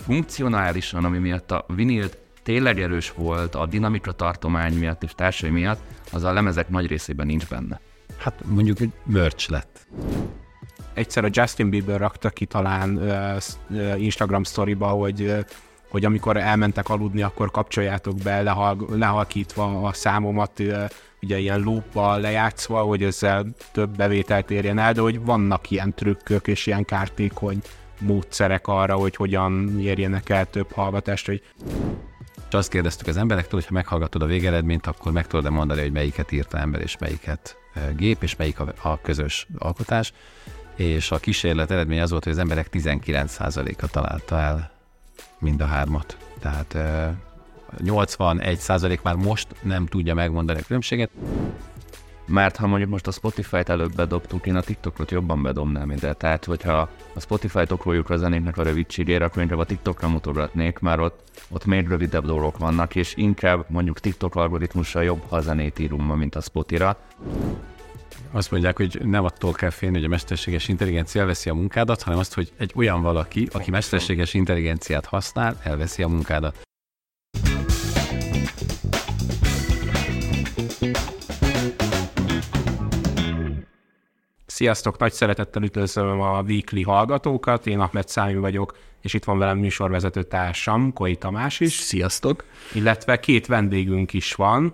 funkcionálisan, ami miatt a vinilt tényleg erős volt, a dinamika tartomány miatt és társai miatt, az a lemezek nagy részében nincs benne. Hát mondjuk, hogy merch lett. Egyszer a Justin Bieber rakta ki talán Instagram sztoriba, hogy amikor elmentek aludni, akkor kapcsoljátok be lehalkítva a számomat, ugye ilyen looppal lejátszva, hogy ezzel több bevételt érjen el, de hogy vannak ilyen trükkök és ilyen kártékony módszerek arra, hogy hogyan érjenek el több hallgatást. És azt kérdeztük az emberektől, hogy ha meghallgatod a végeredményt, akkor meg tudod mondani, hogy melyiket írta ember, és melyiket gép, és melyik a közös alkotás. És a kísérlet eredménye az volt, hogy az emberek 19%-a találta el mind a hármat. Tehát 81% már most nem tudja megmondani a különbséget. Mert ha mondjuk most a Spotify-t előbb bedobtuk, én a TikTokot jobban bedobnám ide. Tehát, hogyha a Spotify-t okoljuk a zenéknek a rövidségére, akkor inkább a TikTokra mutogatnék, mert ott még rövidebb dolgok vannak, és inkább mondjuk TikTok algoritmussal jobb, ha zenét írunk ma, mint a Spotify-ra. Azt mondják, hogy nem attól kell félni, hogy a mesterséges intelligencia elveszi a munkádat, hanem azt, hogy egy olyan valaki, aki mesterséges intelligenciát használ, elveszi a munkádat. Sziasztok, nagy szeretettel üdvözlöm a Weekly hallgatókat, én Ahmed Számi vagyok, és itt van velem műsorvezető társam, Koi Tamás is. Sziasztok! Illetve két vendégünk is van,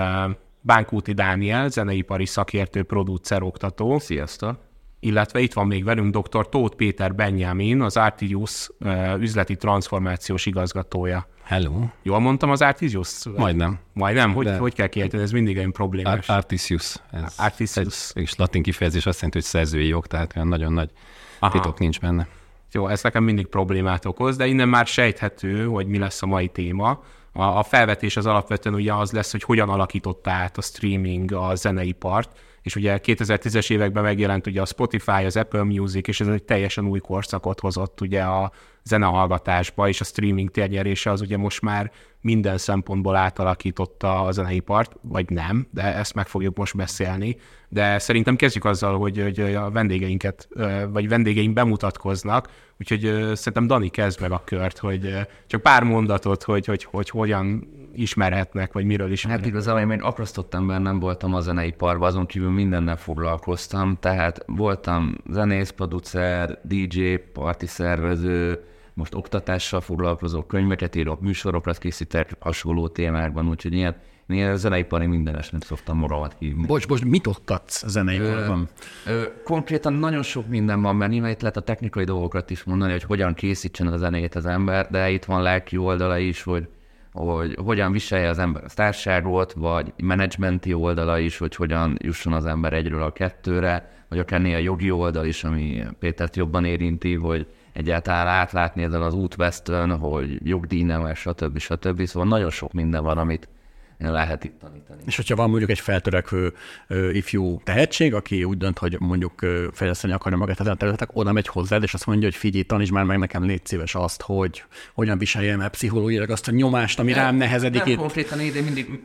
Bánkúti Dániel, zeneipari szakértő, producer, oktató. Sziasztok! Illetve itt van még velünk dr. Tóth Péter Benjamin, az Artius üzleti transformációs igazgatója. Hello! Jól mondtam az Artius? Majdnem. Majdnem? Hogy kell kiejteni? Ez mindig egy problémás. Artisius. Artisius. És latin kifejezés azt jelenti, hogy szerzői jog, tehát olyan nagyon nagy titok nincs benne. Jó, ez nekem mindig problémát okoz, de innen már sejthető, hogy mi lesz a mai téma. A felvetés az alapvetően ugye az lesz, hogy hogyan alakította át a streaming a zeneipart, és ugye 2010-es években megjelent ugye a Spotify, az Apple Music, és ez egy teljesen új korszakot hozott ugye a zenehallgatásba, és a streaming térnyerése az ugye most már minden szempontból átalakította a zeneipart, vagy nem, de ezt meg fogjuk most beszélni. De szerintem kezdjük azzal, hogy a vendégeinket, vagy vendégeink bemutatkoznak, úgyhogy szerintem Dani kezd meg a kört, hogy csak pár mondatot, hogy hogyan ismerhetnek, vagy miről ismerhetnek. Hát igazából én még akasztott ember nem voltam a zeneiparban, azon kívül mindennel foglalkoztam, tehát voltam zenész, producer, DJ, parti szervező, most oktatással foglalkozok, könyveket írok, műsorokat készítek hasonló témákban, úgyhogy ilyen zeneipari mindenesnek szoktam magamat hívni. Bocs, mit oktatsz a zeneiparban? Konkrétan nagyon sok minden van, mert nyilván itt lehet a technikai dolgokat is mondani, hogy hogyan készítsen a zenét az ember, de itt van lelki oldala is, hogy hogyan viselje az ember a társágot, vagy menedzsmenti oldala is, hogy hogyan jusson az ember egyről a kettőre, vagy akár néha jogi oldal is, ami Pétert jobban érinti, hogy egyáltalán átlátni ezen az útvesztőn, hogy jogdíjnemel, stb. Szóval nagyon sok minden van, amit lehet itt tanítani. És hogyha van mondjuk egy feltörekvő ifjú tehetség, aki úgy dönt, hogy mondjuk fejleszteni akarja magát ezen a területek, oda megy hozzád, és azt mondja, hogy figyelj, tanítsd már meg nekem, légy szíves azt, hogy hogyan viseljem el pszichológiailag azt a nyomást, ami rám nehezedik itt. Konkrétan ide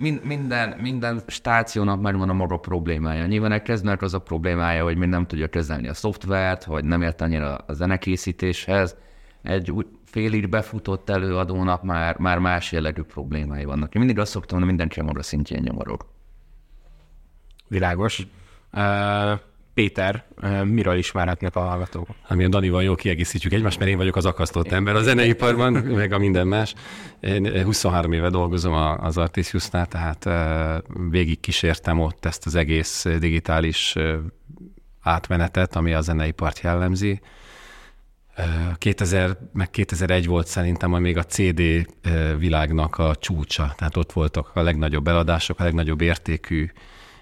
minden stációnak megvan a maga problémája. Nyilván elkezdnek az a problémája, hogy még nem tudja kezelni a szoftvert, hogy nem ért annyira a zenekészítéshez. Egy félig befutott előadónak már más jellegű problémái vannak. Én mindig azt szoktam, hogy mindenki a maga szintjén nyomorog. Világos. Péter, miről ismerhetnek a hallgatók? Ami a Danival jól kiegészítjük egymást, mert én vagyok az akasztott ember a zeneiparban, meg a minden más. Én 23 éve dolgozom az Artisiusnál, tehát végig kísértem ott ezt az egész digitális átmenetet, ami a zeneipart jellemzi. 2000 meg 2001 volt szerintem még a CD világnak a csúcsa, tehát ott voltak a legnagyobb eladások, a legnagyobb értékű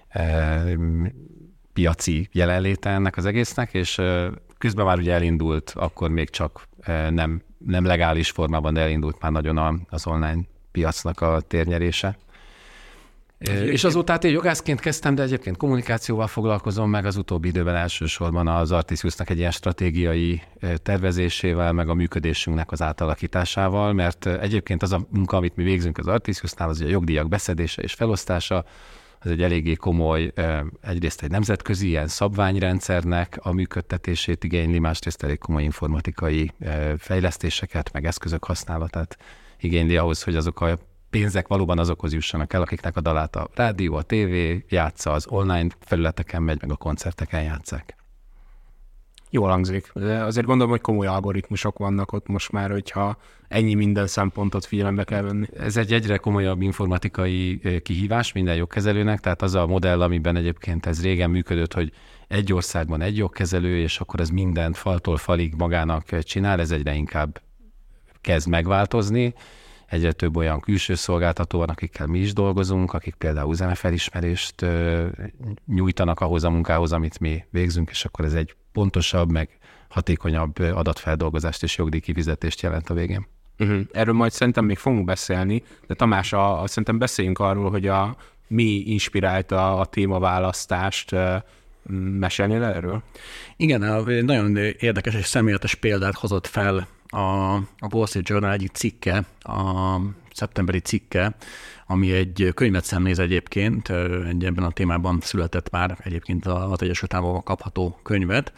piaci jelenléte ennek az egésznek, és közben már ugye elindult, akkor még csak nem legális formában, de elindult már nagyon az online piacnak a térnyerése. És azóta én jogászként kezdtem, de egyébként kommunikációval foglalkozom, meg az utóbbi időben elsősorban az Artisiusnak egy ilyen stratégiai tervezésével, meg a működésünknek az átalakításával, mert egyébként az a munka, amit mi végzünk az Artisiusnál, az a jogdíjak beszedése és felosztása, ez egy eléggé komoly, egyrészt egy nemzetközi ilyen szabványrendszernek a működtetését igényli, másrészt elég komoly informatikai fejlesztéseket, meg eszközök használatát igényli ahhoz, hogy azok a pénzek valóban azokhoz jussanak el, akiknek a dalát a rádió, a tévé játsza, az online felületeken megy, meg a koncerteken játsszák. Jól hangzik. De azért gondolom, hogy komoly algoritmusok vannak ott most már, hogyha ennyi minden szempontot figyelembe kell venni. Ez egy egyre komolyabb informatikai kihívás minden jogkezelőnek, tehát az a modell, amiben egyébként ez régen működött, hogy egy országban egy jogkezelő, és akkor ez mindent faltól falig magának csinál, ez egyre inkább kezd megváltozni. Egyre több olyan külső szolgáltató van, akikkel mi is dolgozunk, akik például zenefelismerést nyújtanak ahhoz a munkához, amit mi végzünk, és akkor ez egy pontosabb, meg hatékonyabb adatfeldolgozást és jogdíjkifizetést jelent a végén. Erről majd szerintem még fogunk beszélni, de Tamás, szerintem beszéljünk arról, hogy mi inspirálta a témaválasztást. Mesélnél erről? Igen, nagyon érdekes és szemléletes példát hozott fel a Wall Street Journal egyik cikke, a szeptemberi cikke, ami egy könyvet szemléz egyébként, ebben a témában született már egyébként az Egyesült Államokban kapható könyvet.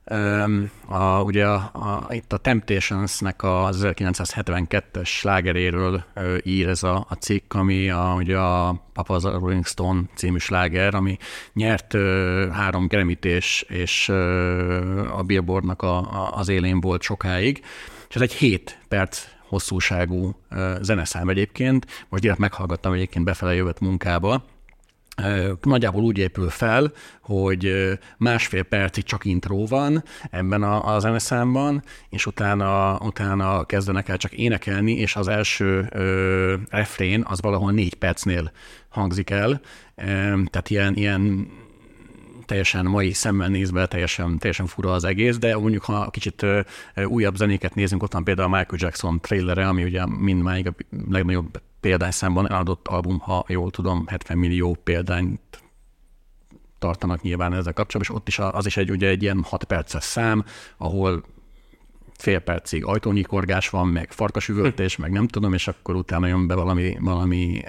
Itt a Temptationsnek az 1972-es slágeréről ír ez a cikk, ami ugye a Papa a Rolling Stone című sláger, ami nyert 3 Grammy-t és a Billboardnak az élén volt sokáig. És ez egy 7 perc hosszúságú zeneszám egyébként, most direkt meghallgattam egyébként befele jövett munkába. Nagyjából úgy épül fel, hogy 1,5 percig csak intro van ebben a zeneszámban, és utána kezdenek el csak énekelni, és az első refrén az valahol 4 percnél hangzik el, tehát ilyen teljesen mai szemmel nézve teljesen fura az egész, de mondjuk, ha kicsit újabb zenéket nézünk, ott van például a Michael Jackson trailere, ami ugye mindmáig a legnagyobb példányszámban eladott album, ha jól tudom, 70 millió példányt tartanak nyilván ezzel kapcsolatban, és ott is az is egy ilyen 6 perces szám, ahol fél percig ajtónyikorgás van, meg farkasüvöltés, meg nem tudom, és akkor utána jön be valami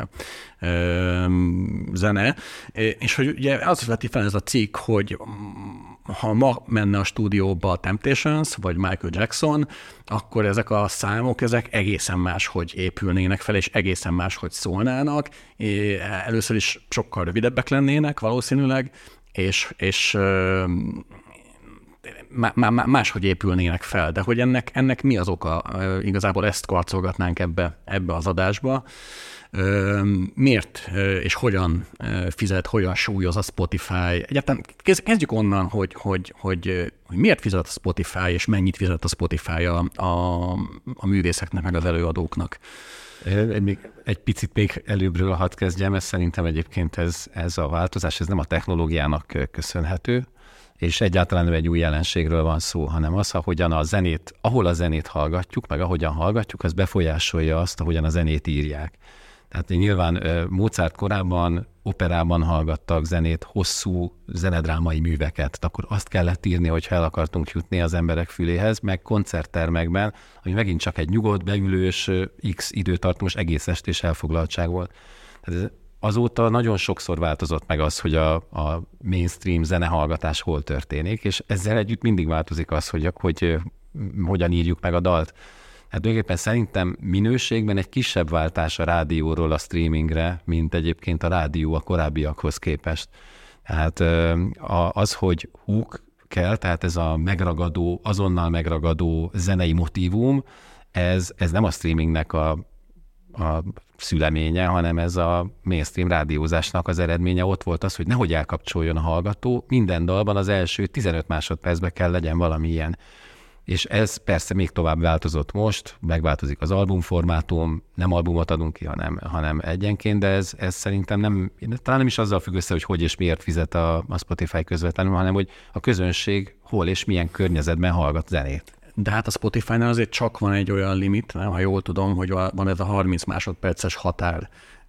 zene. És hogy ugye az veti fel ez a cikk, hogy ha ma menne a stúdióba a Temptations, vagy Michael Jackson, akkor ezek a számok, ezek egészen máshogy épülnének fel, és egészen máshogy szólnának. Először is sokkal rövidebbek lennének valószínűleg, és máshogy épülnének fel, de hogy ennek mi az oka? Igazából ezt karcolgatnánk ebbe az adásba. Miért és hogyan hogyan súlyoz a Spotify? Egyáltalán kezdjük onnan, hogy miért fizet a Spotify, és mennyit fizet a Spotify a művészeknek, meg az előadóknak. Egy picit még előbbről hadd kezdjem, ez szerintem egyébként ez a változás, ez nem a technológiának köszönhető, és egyáltalán egy új jelenségről van szó, hanem az, ahol a zenét hallgatjuk, meg ahogyan hallgatjuk, az befolyásolja azt, ahogyan a zenét írják. Tehát nyilván Mozart korábban operában hallgattak zenét, hosszú zenedrámai műveket, akkor azt kellett írni, hogyha el akartunk jutni az emberek füléhez, meg koncerttermekben, ami megint csak egy nyugodt, beülős, X időtartós egész estés elfoglaltság volt. Tehát azóta nagyon sokszor változott meg az, hogy a mainstream zenehallgatás hol történik, és ezzel együtt mindig változik az, hogy hogyan írjuk meg a dalt. Hát tulajdonképpen szerintem minőségben egy kisebb váltás a rádióról a streamingre, mint egyébként a rádió a korábbiakhoz képest. Tehát az, hogy hook kell, tehát ez a megragadó, azonnal megragadó zenei motívum, ez nem a streamingnek a szüleménye, hanem ez a mainstream rádiózásnak az eredménye. Ott volt az, hogy nehogy elkapcsoljon a hallgató, minden dalban az első 15 másodpercben kell legyen valami ilyen. És ez persze még tovább változott most, megváltozik az albumformátum, nem albumot adunk ki, hanem egyenként, de ez szerintem talán nem is azzal függ össze, hogy és miért fizet a Spotify közvetlenül, hanem hogy a közönség hol és milyen környezetben hallgat zenét. De hát a Spotify-nál azért csak van egy olyan limit, nem? Ha jól tudom, hogy van ez a 30 másodperces határ,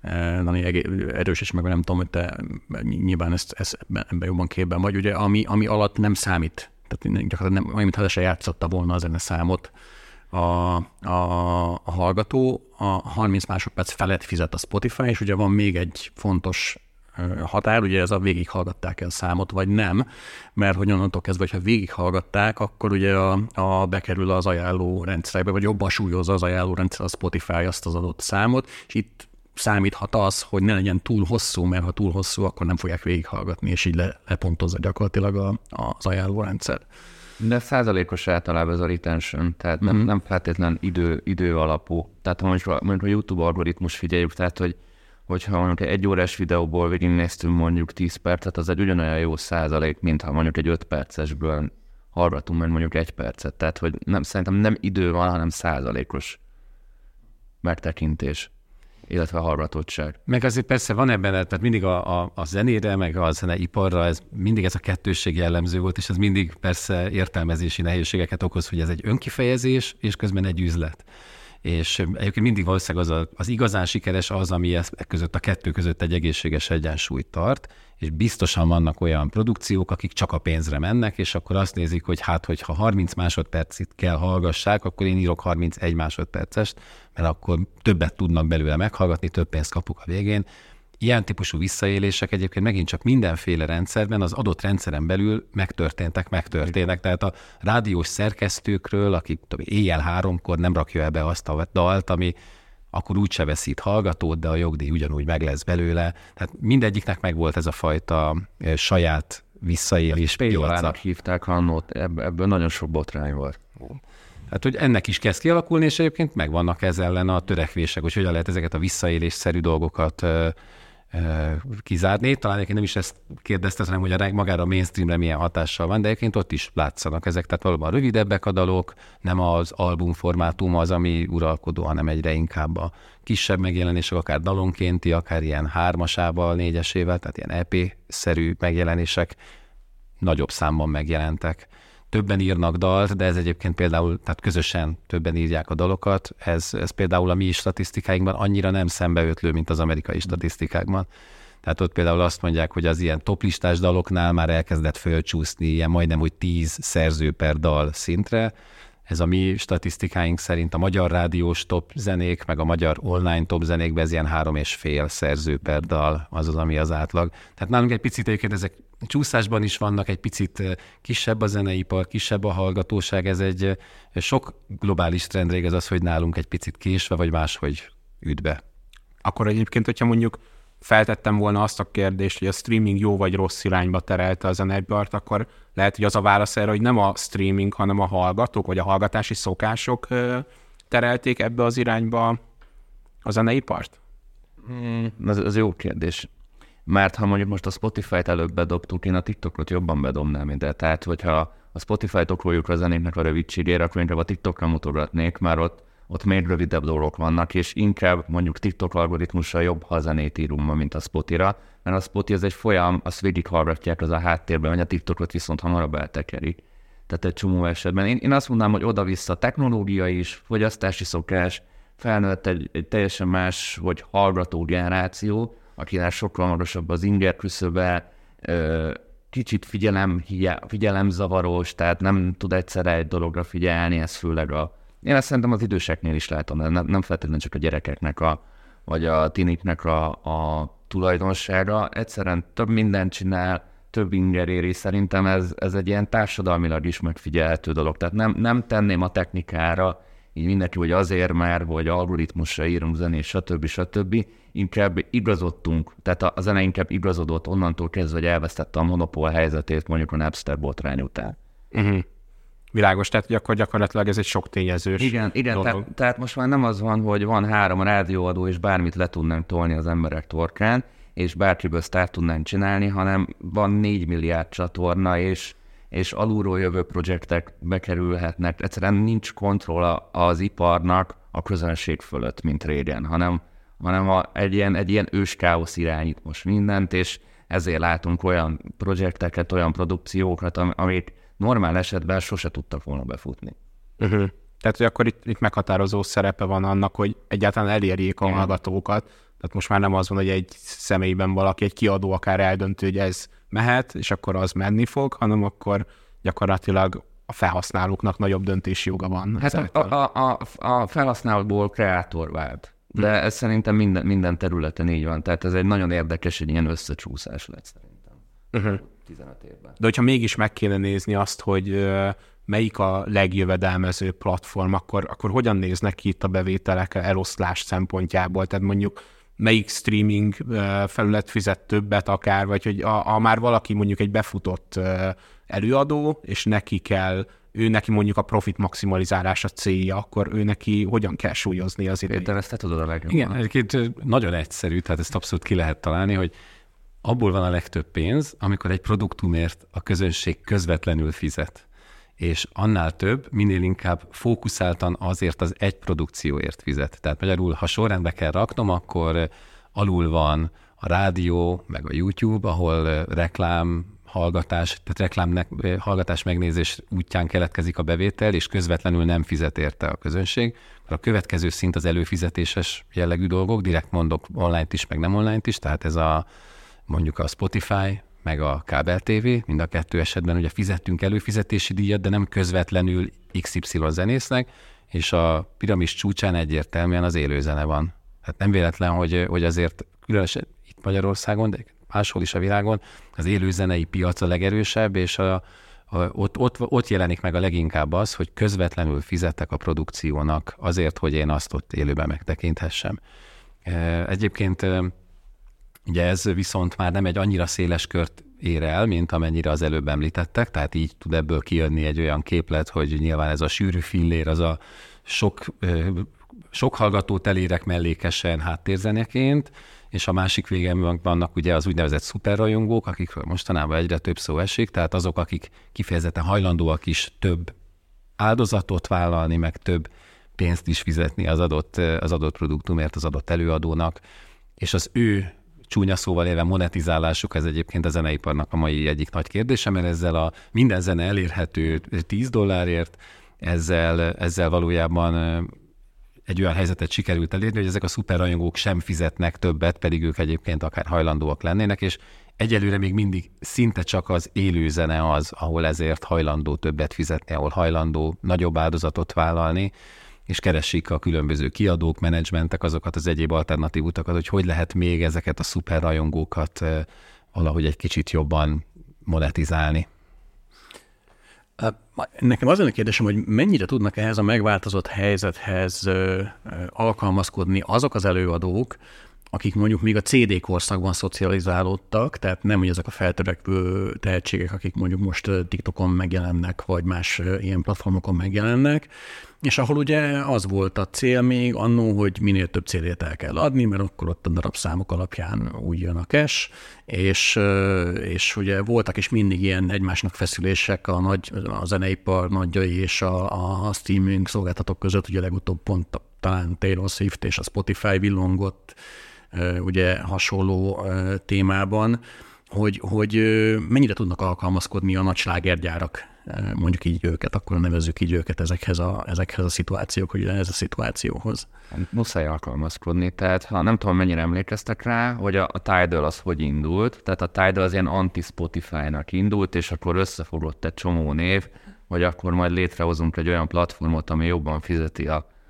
erős is meg, nem tudom, hogy te nyilván ebben jobban képben vagy, ugye, ami alatt nem számít. Tehát gyakorlatilag nem, mintha se játszotta volna a zeneszámot a hallgató, a 30 másodperc felett fizet a Spotify, és ugye van még egy fontos határ, ugye ez a végighallgatták-e a számot, vagy nem, mert hogy onnantól kezdve, hogyha végighallgatták, akkor ugye bekerül az ajánló rendszerbe, vagy jobban súlyozza az ajánló rendszer, a Spotify azt az adott számot, és itt számíthat az, hogy ne legyen túl hosszú, mert ha túl hosszú, akkor nem fogják végighallgatni, és így lepontozza gyakorlatilag az ajánló rendszer. De százalékos általában ez a retention, tehát nem feltétlen idő alapú. Tehát ha mondjuk a YouTube algoritmus figyeljük, tehát hogyha mondjuk egy órás videóból végignéztünk mondjuk 10 percet, az egy ugyanolyan jó százalék, mint ha mondjuk egy 5 percesből hallgatunk, mert mondjuk 1 percet. Tehát hogy szerintem nem idő van, hanem százalékos megtekintés, illetve a hallgatottság. Meg azért persze van ebben, tehát mindig a zenére, meg a zeneiparra mindig ez a kettősség jellemző volt, és ez mindig persze értelmezési nehézségeket okoz, hogy ez egy önkifejezés, és közben egy üzlet. És egyébként mindig valószínűleg az igazán sikeres az, ami között a kettő között egy egészséges egyensúlyt tart, és biztosan vannak olyan produkciók, akik csak a pénzre mennek, és akkor azt nézik, hogy hogyha 30 másodpercit kell hallgassák, akkor én írok 31 másodpercest, mert akkor többet tudnak belőle meghallgatni, több pénzt kapok a végén. Ilyen típusú visszaélések egyébként megint csak mindenféle rendszerben, az adott rendszeren belül megtörténnek. Tehát a rádiós szerkesztőkről, akik éjjel 3-kor nem rakja ebbe azt a dalt, ami akkor úgyse veszít hallgatót, de a jogdíj ugyanúgy meg lesz belőle. Tehát mindegyiknek megvolt ez a fajta saját visszaélés piaca. Hívták annót, ebből nagyon sok botrány volt. Tehát, hogy ennek is kezd kialakulni, és egyébként megvannak ez ellen a törekvések, hogy hogyan lehet ezeket a visszaélésszerű dolgokat kizárni. Talán egyébként nem is ezt kérdezted, hanem hogy magára a mainstreamre milyen hatással van, de egyébként ott is látszanak ezek. Tehát valóban rövidebbek a dalok, nem az albumformátum az, ami uralkodó, hanem egyre inkább a kisebb megjelenések, akár dalonkénti, akár ilyen 3-asával, 4-esével, tehát ilyen EP-szerű megjelenések nagyobb számban megjelentek. Többen írnak dalt, de ez egyébként például, tehát közösen többen írják a dalokat, ez például a mi statisztikáinkban annyira nem szembeötlő, mint az amerikai statisztikákban. Tehát ott például azt mondják, hogy az ilyen toplistás daloknál már elkezdett fölcsúszni ilyen majdnem úgy 10 szerző per dal szintre. Ez a mi statisztikáink szerint a magyar rádiós top zenék, meg a magyar online top zenékben ez ilyen 3,5 szerző per dal, az, ami az átlag. Tehát nálunk egy picit egyébként ezek csúszásban is vannak, egy picit kisebb a zeneipar, kisebb a hallgatóság, ez egy sok globális trendre igaz az, hogy nálunk egy picit késve, vagy máshogy üt be. Akkor egyébként, hogyha mondjuk feltettem volna azt a kérdést, hogy a streaming jó vagy rossz irányba terelte a zeneipart, akkor lehet, hogy az a válasz erre, hogy nem a streaming, hanem a hallgatók, vagy a hallgatási szokások terelték ebbe az irányba a zeneipart? Ez jó kérdés. Mert ha mondjuk most a Spotify-t előbb bedobtuk, én a TikTokot jobban bedobnám ide. Tehát, hogyha a Spotify-t okoljuk a zenéknek a rövidségére, akkor inkább a TikTokra mutogatnék, már ott még rövidebb dolgok vannak, és inkább mondjuk TikTok algoritmussal jobb, ha zenét írunk ma, mint a Spotira, mert a Spotify az egy folyam, azt végighallgatják az a háttérben, vagy a TikTokot viszont hamarabb eltekerik. Tehát egy csomó esetben. Én azt mondanám, hogy oda-vissza technológia is, fogyasztási szokás, felnőtt egy teljesen más, vagy hallgató generáció, akinek sokkal magasabb az inger küszöbe, kicsit figyelemzavaros, tehát nem tud egyszerre egy dologra figyelni, ez főleg én ezt szerintem az időseknél is látom, nem feltétlenül csak a gyerekeknek vagy a tiniknek a tulajdonsága. Egyszerűen több mindent csinál, több inger éri, szerintem ez egy ilyen társadalmilag is megfigyelhető dolog. Tehát nem tenném a technikára, így mindenki, hogy azért már, vagy algoritmusra írunk zenét, stb. Inkább igazodtunk, tehát a zene inkább igazodott onnantól kezdve, hogy elvesztette a monopól helyzetét mondjuk a Napster botrány után. Uh-huh. Világos, tehát hogy akkor gyakorlatilag ez egy sok tényezős Igen, tehát most már nem az van, hogy van 3 rádióadó, és bármit le tudnánk tolni az emberek torkán, és bárkiből sztárt tudnánk csinálni, hanem van 4 milliárd csatorna, és alulról jövő projektek bekerülhetnek. Egyszerűen nincs kontroll az iparnak a közönség fölött, mint régen, hanem egy ilyen őskáosz irányít most mindent, és ezért látunk olyan projekteket, olyan produkciókat, amik normál esetben sose tudtak volna befutni. Uh-huh. Tehát, hogy akkor itt meghatározó szerepe van annak, hogy egyáltalán elérjék a hallgatókat. Tehát most már nem az van, hogy egy személyben valaki, egy kiadó akár eldöntő, hogy ez mehet, és akkor az menni fog, hanem akkor gyakorlatilag a felhasználóknak nagyobb döntési joga van. Hát a felhasználóból kreátor vált. De ez szerintem minden területen így van. Tehát ez egy nagyon érdekes, egy ilyen összecsúszás lett szerintem 15 évben. De hogyha mégis meg kéne nézni azt, hogy melyik a legjövedelmező platform, akkor hogyan néznek ki itt a bevételek eloszlás szempontjából? Tehát mondjuk melyik streaming felület fizet többet akár, vagy hogy már valaki mondjuk egy befutott előadó, és ő neki mondjuk a profit maximalizálás a célja, akkor ő neki hogyan kell súlyozni az idejét? Péter, ezt te tudod a legjobban. Igen, egyébként nagyon egyszerű, tehát ezt abszolút ki lehet találni, hogy abból van a legtöbb pénz, amikor egy produktumért a közönség közvetlenül fizet. És annál több, minél inkább fókuszáltan azért az egy produkcióért fizet. Tehát magyarul, ha sorrendbe kell raknom, akkor alul van a rádió, meg a YouTube, ahol reklám hallgatás, tehát hallgatás megnézés útján keletkezik a bevétel, és közvetlenül nem fizet érte a közönség. A következő szint az előfizetéses jellegű dolgok, direkt mondok online-t is, meg nem online-t is, tehát ez mondjuk a Spotify, meg a kábel TV, mind a kettő esetben ugye fizettünk előfizetési díjat, de nem közvetlenül XY zenésznek, és a piramis csúcsán egyértelműen az élőzene van. Tehát nem véletlen, hogy azért különösen itt Magyarországon, de máshol is a világon az élőzenei piac a legerősebb, és ott jelenik meg a leginkább az, hogy közvetlenül fizettek a produkciónak azért, hogy én azt ott élőben megtekinthessem. Egyébként ugye ez viszont már nem egy annyira széles kört ér el, mint amennyire az előbb említettek, tehát így tud ebből kijönni egy olyan képlet, hogy nyilván ez a sűrű fillér, az a sok hallgatót elérek mellékesen háttérzeneként, és a másik végén vannak ugye az úgynevezett szuperrajongók, akikről mostanában egyre több szó esik, tehát azok, akik kifejezetten hajlandóak is több áldozatot vállalni, meg több pénzt is fizetni az adott produktumért, az adott előadónak, és az ő csúnya szóval élve monetizálásuk, ez egyébként a zeneiparnak a mai egyik nagy kérdése, mert ezzel a minden zene elérhető $10, ezzel valójában egy olyan helyzetet sikerült elérni, hogy ezek a szuperrajongók sem fizetnek többet, pedig ők egyébként akár hajlandóak lennének, és egyelőre még mindig szinte csak az élő zene az, ahol ezért hajlandó többet fizetni, ahol hajlandó nagyobb áldozatot vállalni, és keresik a különböző kiadók, menedzsmentek azokat az egyéb alternatív utakat, hogy lehet még ezeket a szuperrajongókat valahogy egy kicsit jobban monetizálni. Nekem az a kérdésem, hogy mennyire tudnak ehhez a megváltozott helyzethez alkalmazkodni azok az előadók, akik mondjuk még a CD korszakban szocializálódtak, tehát nem ugye ezek a feltörekvő tehetségek, akik mondjuk most TikTokon megjelennek, vagy más ilyen platformokon megjelennek, és ahol ugye az volt a cél még annó, hogy minél több CD-t el kell adni, mert akkor ott a darabszámok alapján úgy jön a cash, és ugye voltak is mindig ilyen egymásnak feszülések a zeneipar nagyjai és a streaming szolgáltatók között, ugye legutóbb pont talán Taylor Swift és a Spotify villongott, ugye hasonló témában, hogy mennyire tudnak alkalmazkodni a nagy slágergyárak, mondjuk így őket, akkor nevezzük így őket ezekhez a szituációkhoz, ugye ez a szituációhoz. Muszáj alkalmazkodni, tehát ha nem tudom, mennyire emlékeztek rá, hogy a Tidal az hogy indult, tehát a Tidal az ilyen anti-Spotify-nak indult, és akkor összefogott egy csomó név, hogy akkor majd létrehozunk egy olyan platformot, ami jobban fizeti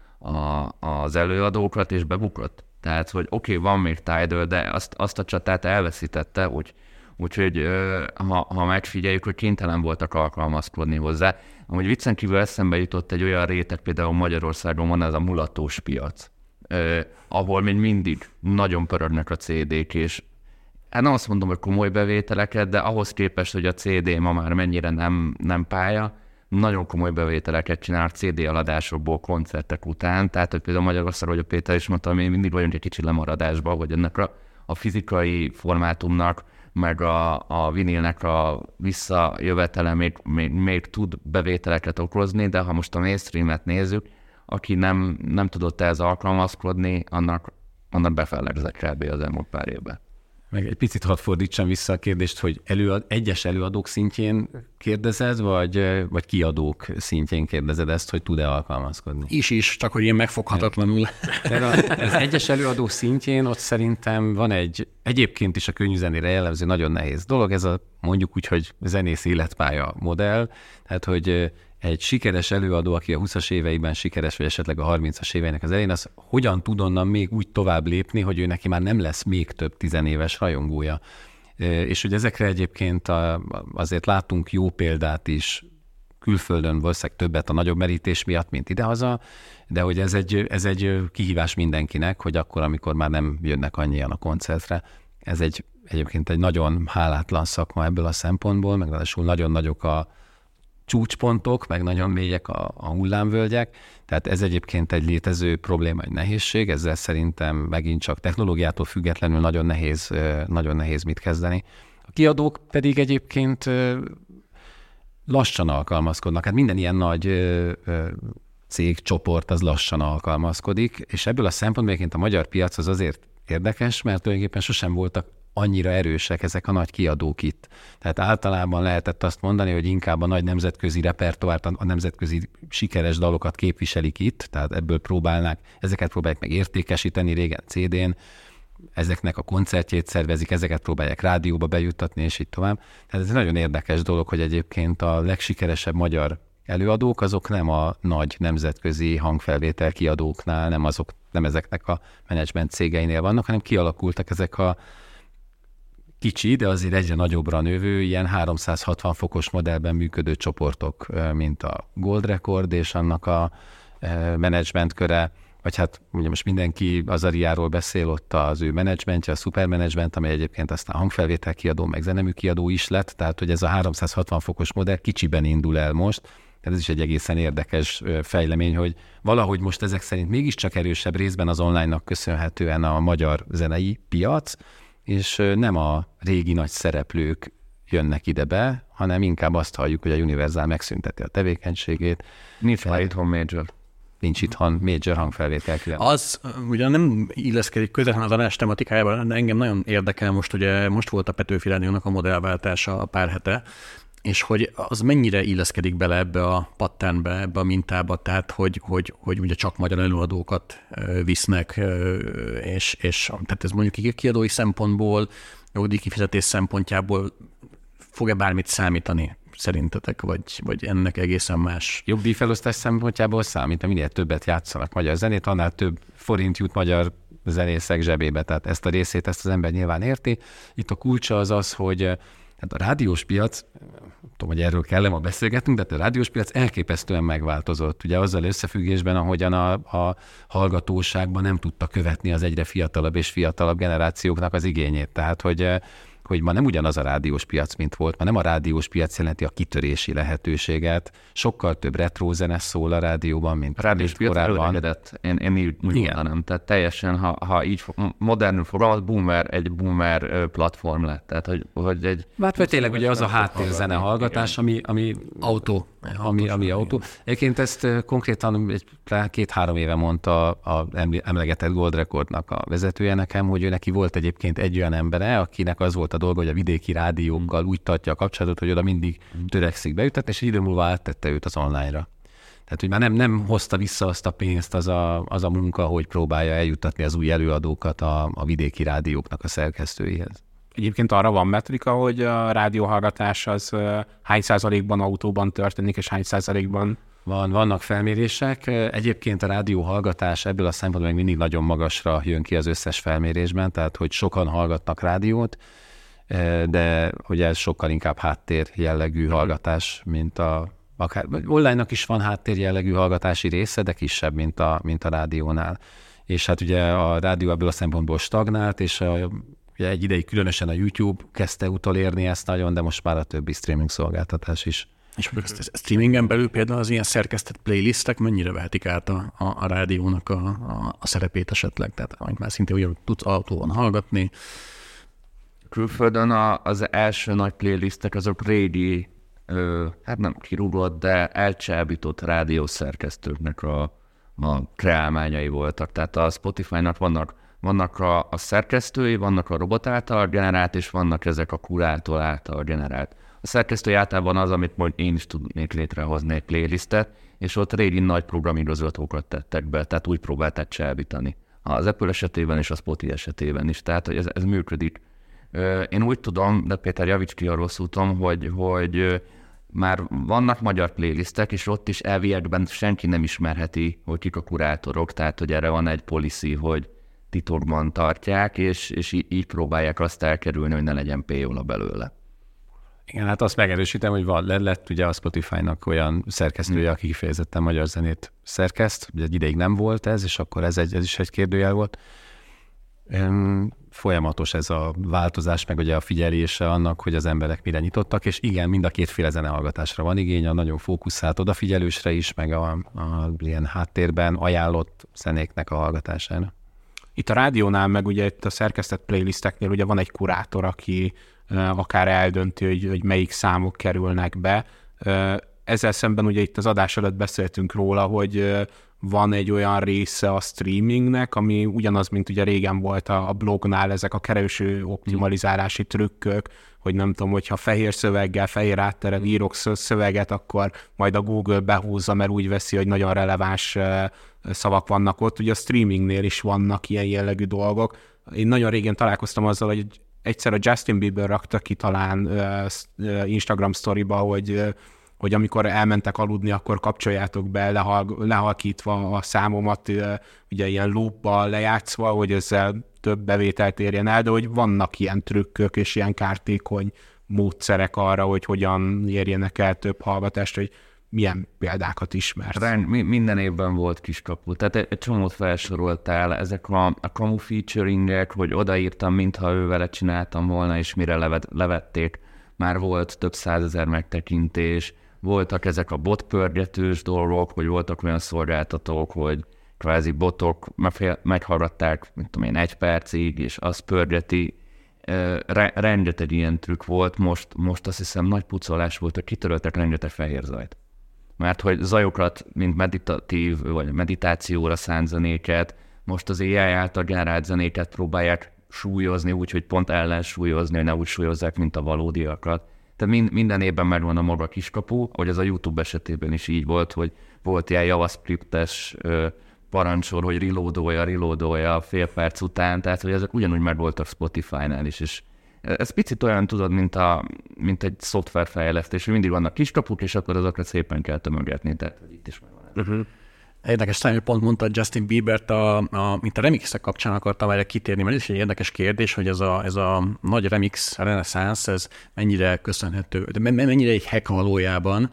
az előadókat, és bebukott. Tehát, hogy oké, van még Tidal, de azt a csatát elveszítette, úgyhogy ha megfigyeljük, hogy kénytelen voltak alkalmazkodni hozzá. Amúgy viccen kívül eszembe jutott egy olyan réteg, például Magyarországon van ez a mulatós piac, ahol még mindig nagyon pörögnek a CD-k, és hát nem azt mondom, hogy komoly bevételeket, de ahhoz képest, hogy a CD ma már mennyire nem pálya, nagyon komoly bevételeket csinál CD eladásokból koncertek után, tehát hogy például Magyarországon, hogy a Péter is mondta, mi mindig vagyunk egy kicsi lemaradásban, hogy ennek a fizikai formátumnak, meg a vinilnek a visszajövetele még tud bevételeket okozni, de ha most a mainstreamet nézzük, aki nem tudott ehhez alkalmazkodni, annak befellegzett kb. Az elmúlt pár évben. Meg egy picit hadd fordítsam vissza a kérdést, hogy egyes előadók szintjén kérdezed, vagy kiadók szintjén kérdezed ezt, hogy tud-e alkalmazkodni? Is, csak hogy ilyen megfoghatatlanul. Az egyes előadók szintjén ott szerintem van egyébként is a könnyű zenére jellemző nagyon nehéz dolog, ez mondjuk úgy, hogy zenész életpálya modell, tehát hogy egy sikeres előadó, aki a 20-as éveiben sikeres, vagy esetleg a 30-as éveinek az elején, az hogyan tud onnan még úgy tovább lépni, hogy ő neki már nem lesz még több 10 éves rajongója. És hogy ezekre egyébként azért látunk jó példát is, külföldön valószínűleg többet a nagyobb merítés miatt, mint idehaza, de hogy ez egy kihívás mindenkinek, hogy akkor, amikor már nem jönnek annyian a koncertre. Ez egyébként egy nagyon hálátlan szakma ebből a szempontból, meg ráadásul nagyon nagyok a csúcspontok, meg nagyon mélyek a hullámvölgyek, tehát ez egyébként egy létező probléma, egy nehézség, ezzel szerintem megint csak technológiától függetlenül nagyon nehéz mit kezdeni. A kiadók pedig egyébként lassan alkalmazkodnak, hát minden ilyen nagy cégcsoport az lassan alkalmazkodik, és ebből a szempontból egyébként a magyar piac az azért érdekes, mert tulajdonképpen sosem voltak annyira erősek ezek a nagy kiadók itt. Tehát általában lehetett azt mondani, hogy inkább a nagy nemzetközi repertoárt, a nemzetközi sikeres dalokat képviselik itt, tehát ebből ezeket próbálják meg értékesíteni régen CD-n, ezeknek a koncertjét szervezik, ezeket próbálják rádióba bejuttatni, és így tovább. Tehát ez egy nagyon érdekes dolog, hogy egyébként a legsikeresebb magyar előadók, azok nem a nagy nemzetközi hangfelvétel kiadóknál, nem ezeknek a menedzsment cégeinél vannak, hanem kialakultak ezek a kicsi, de azért egyre nagyobbra növő, ilyen 360 fokos modellben működő csoportok, mint a Gold Record és annak a menedzsment köre, vagy hát ugye most mindenki az Ariáról beszél, ott az ő menedzsmentje, a szupermenedzsment, amely egyébként aztán hangfelvétel kiadó, meg zenemű kiadó is lett, tehát hogy ez a 360 fokos modell kicsiben indul el most, tehát ez is egy egészen érdekes fejlemény, hogy valahogy most ezek szerint mégiscsak erősebb részben az online-nak köszönhetően a magyar zenei piac, és nem a régi nagy szereplők jönnek ide be, hanem inkább azt halljuk, hogy a Universal megszünteti a tevékenységét. Nincs már itthon major. Nincs itthon major hangfelvétel. Az ugyan nem illeszkedik közvetlenül az adás tematikájában, de engem nagyon érdekel most volt a Petőfi Rádiónak a modellváltása pár hete, és hogy az mennyire illeszkedik bele ebbe a patternbe, ebbe a mintába, tehát hogy ugye csak magyar előadókat visznek, és tehát ez mondjuk kiadói szempontból, jogi kifizetés szempontjából fog-e bármit számítani szerintetek, vagy ennek egészen más? Jobb díjfelosztás szempontjából számít, minél többet játszanak magyar zenét, annál több forint jut magyar zenészek zsebébe, tehát ezt a részét, ezt az ember nyilván érti. Itt a kulcsa az, hogy hát a rádiós piac, tudom, hogy erről kell ma beszélgetnünk, de a rádiós piac elképesztően megváltozott. Ugye azzal összefüggésben, ahogyan a hallgatóságban nem tudta követni az egyre fiatalabb és fiatalabb generációknak az igényét. Tehát, hogy ma nem ugyanaz a rádiós piac, mint volt, ma nem a rádiós piac jelenti a kitörési lehetőséget, sokkal több retro zene szól a rádióban, mint a rádiós piac előregedett. Én így mondanám, tehát teljesen, ha így modernül fogalmaz, egy boomer platform lett. Tehát, hogy egy... Vagy tényleg ugye az a háttérzene hallgatás, ami autó. Ami autó. Egyébként ezt konkrétan 2-3 éve mondta a emlegetett Gold Recordnak a vezetője nekem, hogy ő neki volt egyébként egy olyan embere, akinek az volt a dolga, hogy a vidéki rádiókkal úgy tartja a kapcsolatot, hogy oda mindig törekszik bejutatni, és egy idő múlva áttette őt az online-ra. Tehát, hogy már nem hozta vissza azt a pénzt az a munka, hogy próbálja eljuttatni az új előadókat a vidéki rádióknak a szerkesztőihez. Egyébként arra van metrika, hogy a rádióhallgatás az hány százalékban autóban történik, és hány százalékban? Vannak felmérések. Egyébként a rádióhallgatás ebből a szempontból még mindig nagyon magasra jön ki az összes felmérésben, tehát hogy sokan hallgatnak rádiót, de ugye ez sokkal inkább háttér jellegű hallgatás, mint akár online-nak is van háttér jellegű hallgatási része, de kisebb, mint a rádiónál. És hát ugye a rádió ebből a szempontból stagnált, és ugye egy ideig különösen a YouTube kezdte utolérni ezt nagyon, de most már a többi streaming szolgáltatás is. És mondjuk ezt a streamingen belül például az ilyen szerkesztett playlistek mennyire vehetik át a rádiónak a szerepét esetleg? Tehát amit már szintén ugyanúgy tudsz autóban hallgatni. Külföldön az első nagy playlistek azok régi, hát nem kirúgott, de elcsábított rádiószerkesztőknek a kreálmányai voltak. Tehát a Spotify-nak vannak a szerkesztői, vannak a robot által generált, és vannak ezek a kurátor által generált. A szerkesztői általában az, amit majd én is tudnék létrehozni egy playlistet, és ott régi nagy programigazgatókat tettek be, tehát úgy próbálták csábítani. Az Apple esetében és a Spotify esetében is, tehát hogy ez működik. Én úgy tudom, de Péter javíts ki, a rossz úton, hogy már vannak magyar playlistek, és ott is elviekben senki nem ismerheti, hogy kik a kurátorok, tehát hogy erre van egy policy, hogy titokban tartják, és így próbálják azt elkerülni, hogy ne legyen payola belőle. Igen, hát azt megerősítem, hogy lett ugye a Spotify-nak olyan szerkesztője, aki kifejezetten magyar zenét szerkeszt, ugye egy ideig nem volt ez, és akkor ez is egy kérdőjel volt. Folyamatos ez a változás, meg ugye a figyelése annak, hogy az emberek mire nyitottak, és igen, mind a kétféle zenehallgatásra van igény, a nagyon fókuszált odafigyelősre is, meg a ilyen háttérben ajánlott zenéknek a hallgatására. Itt a rádiónál, meg ugye itt a szerkesztett playlisteknél ugye van egy kurátor, aki akár eldönti, hogy melyik számok kerülnek be. Ezzel szemben ugye itt az adás előtt beszéltünk róla, hogy van egy olyan része a streamingnek, ami ugyanaz, mint ugye régen volt a blognál, ezek a kereső optimalizálási trükkök, hogy nem tudom, hogyha fehér szöveggel, fehér átterrel írok szöveget, akkor majd a Google behúzza, mert úgy veszi, hogy nagyon releváns szavak vannak ott. Ugye a streamingnél is vannak ilyen jellegű dolgok. Én nagyon régen találkoztam azzal, hogy egyszer a Justin Bieber rakta ki talán Instagram sztoriba, hogy amikor elmentek aludni, akkor kapcsoljátok be lehalkítva a számomat, ugye ilyen loopba lejátszva, hogy ezzel több bevételt érjen el, de hogy vannak ilyen trükkök és ilyen kártékony módszerek arra, hogy hogyan érjenek el több hallgatást, hogy milyen példákat ismersz. Minden évben volt kiskapu, tehát egy csomót felsoroltál, ezek a kamu featuringek, hogy odaírtam, mintha ővele csináltam volna, és mire levették, már volt több 100 000 megtekintés, voltak ezek a botpörgetős dolgok, hogy voltak olyan szolgáltatók, hogy kvázi botok meghallgatták, mint tudom én, 1 percig, és az pörgeti. Rengeteg ilyen trükk volt, most azt hiszem nagy pucolás volt, hogy kitöröltek rengeteg fehér zajt. Mert hogy zajokat, mint meditatív, vagy meditációra szánt zenéket, most az AI által generált zenéket próbálják súlyozni, úgyhogy pont ellensúlyozni, hogy ne úgy súlyozzák, mint a valódiakat. Tehát minden évben megvan a maga kiskapu, hogy ez a YouTube esetében is így volt, hogy volt ilyen JavaScript-es parancsol, hogy reloadolja fél perc után, tehát hogy ezek ugyanúgy megvoltak Spotify-nál is, és ez picit olyan, tudod, mint egy szoftverfejlesztés, hogy mindig vannak kiskapuk, és akkor azokat szépen kell tömögetni, tehát hogy itt is megvan. Érdekes szállni, pont mondta Justin Biebert, mint a remixek kapcsán akartam erre kitérni, mert ez is egy érdekes kérdés, hogy ez a nagy remix reneszánsz, ez mennyire köszönhető, de mennyire egy hack valójában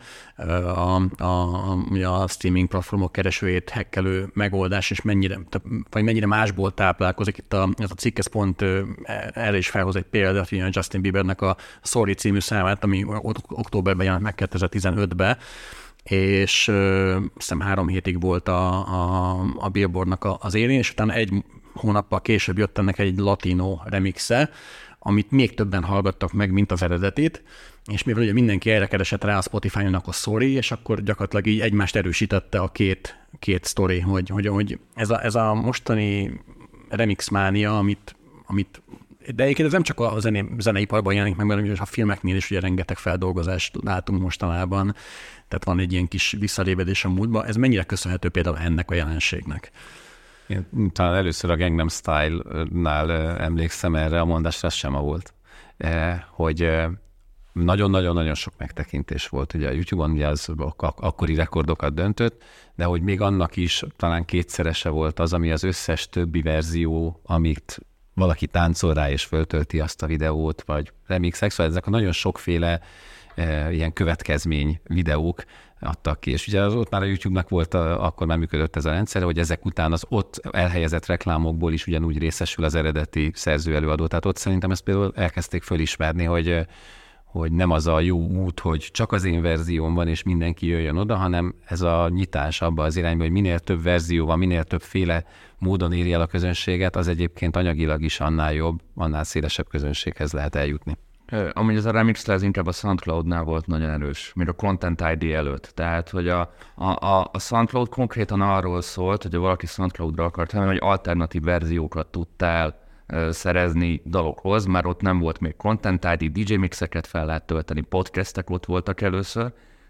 a streaming platformok keresőjét hackelő megoldás, és mennyire másból táplálkozik. Itt ez a cikk, ez pont erre is felhoz egy példát, hogy a Justin Biebernek a Sorry című számát, ami októberben jelent meg 2015-ben, és hiszem 3 hétig volt a Billboardnak az élén, és utána 1 hónappal később jött ennek egy latino remixe, amit még többen hallgattak meg, mint az eredetit, és mivel ugye mindenki erre keresett rá a Spotify-on, akkor Sorry, és akkor gyakorlatilag így egymást erősítette a két sztori, hogy ez a mostani remix mánia, amit de egyébként ez nem csak a zeneiparban jelenik meg, mert a filmeknél is ugye rengeteg feldolgozást látunk mostanában, tehát van egy ilyen kis visszarévedés a múltba. Ez mennyire köszönhető például ennek a jelenségnek? Én talán először a Gangnam Style-nál emlékszem erre a mondásra, ez sem volt. Hogy nagyon-nagyon-nagyon sok megtekintés volt ugye a YouTube-on, ugye az akkori rekordokat döntött, de hogy még annak is talán 2-szerese volt az, ami az összes többi verzió, amit valaki táncol rá és föltölti azt a videót, vagy remixek, szóval ezek a nagyon sokféle ilyen következmény videók adtak ki. És ugye ott már a YouTube-nak volt, akkor már működött ez a rendszer, hogy ezek után az ott elhelyezett reklámokból is ugyanúgy részesül az eredeti szerző-előadó. Tehát ott szerintem ezt például elkezdték fölismerni, hogy nem az a jó út, hogy csak az én verzióm van, és mindenki jöjjön oda, hanem ez a nyitás abba az irányba, hogy minél több verzió van, minél többféle módon éri el a közönséget, az egyébként anyagilag is annál jobb, annál szélesebb közönséghez lehet eljutni. Amúgy ez a remix ez inkább a SoundCloud-nál volt nagyon erős, mint a Content ID előtt. Tehát, hogy a SoundCloud konkrétan arról szólt, hogy valaki SoundCloud-ra akart, hogy alternatív verziókat tudtál szerezni dalokhoz, mert ott nem volt még Content ID, DJ mixeket fel lehet tölteni, podcastek ott voltak először,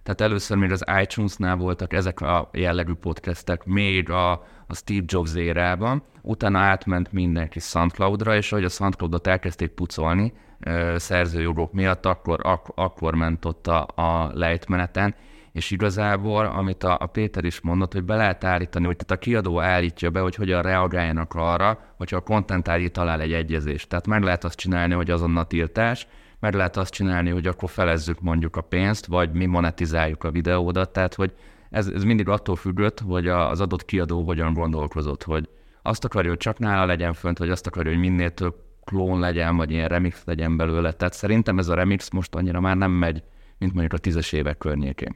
Tehát először még az iTunes-nál voltak ezek a jellegű podcastek, még a Steve Jobs érában, utána átment mindenki SoundCloud-ra, és ahogy a SoundCloud-ot elkezdték pucolni szerzőjogok miatt, akkor ment ott a lejtmeneten, és igazából, amit a Péter is mondott, hogy be lehet állítani, hogy tehát a kiadó állítja be, hogy hogyan reagáljanak arra, hogyha a content ID talál egy egyezést. Tehát meg lehet azt csinálni, hogy azonnal tiltás, meg lehet azt csinálni, hogy akkor felezzük mondjuk a pénzt, vagy mi monetizáljuk a videódat, tehát hogy ez mindig attól függött, hogy az adott kiadó hogyan gondolkozott, hogy azt akarja, hogy csak nála legyen fönt, vagy azt akarja, hogy minél több klón legyen, vagy ilyen remix legyen belőle. Tehát szerintem ez a remix most annyira már nem megy, mint mondjuk a 10-es évek környékén.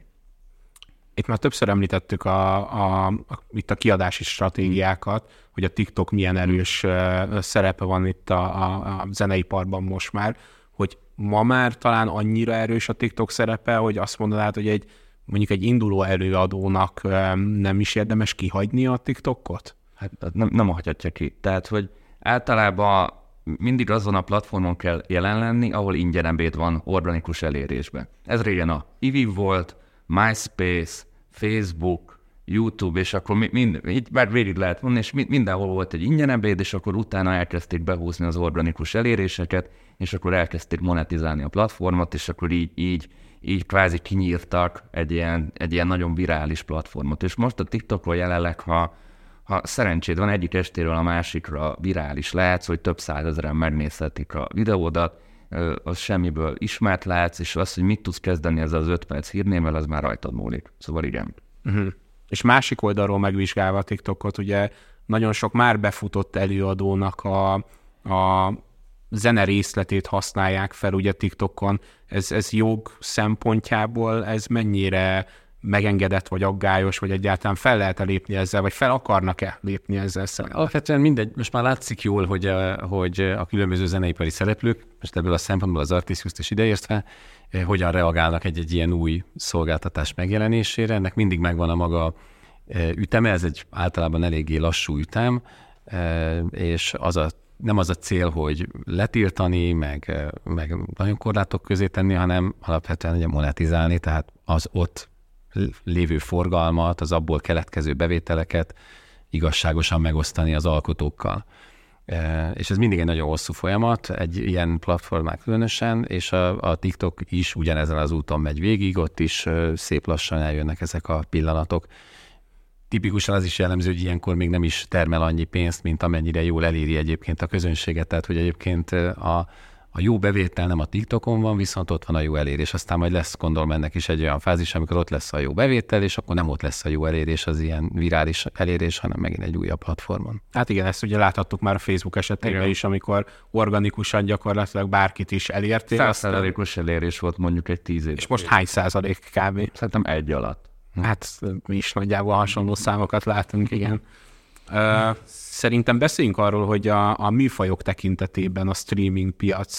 Itt már többször említettük itt a kiadási stratégiákat, hogy a TikTok milyen erős szerepe van itt a zeneiparban most már, hogy ma már talán annyira erős a TikTok szerepe, hogy azt mondanád, hogy mondjuk egy induló előadónak nem is érdemes kihagyni a TikTokot? Hát nem hagyhatja ki. Tehát, hogy általában mindig azon a platformon kell jelen lenni, ahol ingyen ebéd van organikus elérésben. Ez régen a Ivi volt, MySpace, Facebook, YouTube, és akkor így már végig lehet mondani, és mindenhol volt egy ingyen ebéd, és akkor utána elkezdték behúzni az organikus eléréseket, és akkor elkezdték monetizálni a platformot, és akkor így kvázi kinyírtak egy ilyen nagyon virális platformot. És most a TikTokról jelenleg, ha szerencséd van, egyik estéről a másikra virális látsz, hogy több százezeren megnézhetik a videódat, az semmiből ismert látsz, és az, hogy mit tudsz kezdeni ezzel az 5 perc hírnémmel, az már rajtad múlik. Szóval igen. Uh-huh. És másik oldalról megvizsgálva a TikTokot, ugye nagyon sok már befutott előadónak a zene részletét használják fel ugye TikTokon. Ez jog szempontjából ez mennyire megengedett, vagy aggályos, vagy egyáltalán fel lehet-e lépni ezzel, vagy fel akarnak-e lépni ezzel szemben? Alapvetően mindegy, most már látszik jól, hogy a különböző zeneipari szereplők, most ebből a szempontból az Artisjust is ideértve, hogyan reagálnak egy ilyen új szolgáltatás megjelenésére. Ennek mindig megvan a maga üteme, ez egy általában eléggé lassú ütem, és nem az a cél, hogy letiltani, meg nagyon korlátok közé tenni, hanem alapvetően ugye monetizálni, tehát az ott lévő forgalmat, az abból keletkező bevételeket igazságosan megosztani az alkotókkal. És ez mindig egy nagyon hosszú folyamat, egy ilyen platformán különösen, és a TikTok is ugyanezen az úton megy végig, ott is szép lassan eljönnek ezek a pillanatok. Tipikusan az is jellemző, hogy ilyenkor még nem is termel annyi pénzt, mint amennyire jól eléri egyébként a közönséget, tehát hogy egyébként a jó bevétel nem a TikTokon van, viszont ott van a jó elérés. Aztán majd lesz, gondolom, ennek is egy olyan fázis, amikor ott lesz a jó bevétel, és akkor nem ott lesz a jó elérés, az ilyen virális elérés, hanem megint egy újabb platformon. Hát igen, ezt ugye láthattuk már a Facebook esetében is, amikor organikusan gyakorlatilag bárkit is elértél. 100%-os elérés volt mondjuk egy 10 év. És most hány százalék kb? Szerintem 1 alatt. Hát mi is nagyjából hasonló számokat látunk, igen. Szerintem beszéljünk arról, hogy a műfajok tekintetében a streaming piac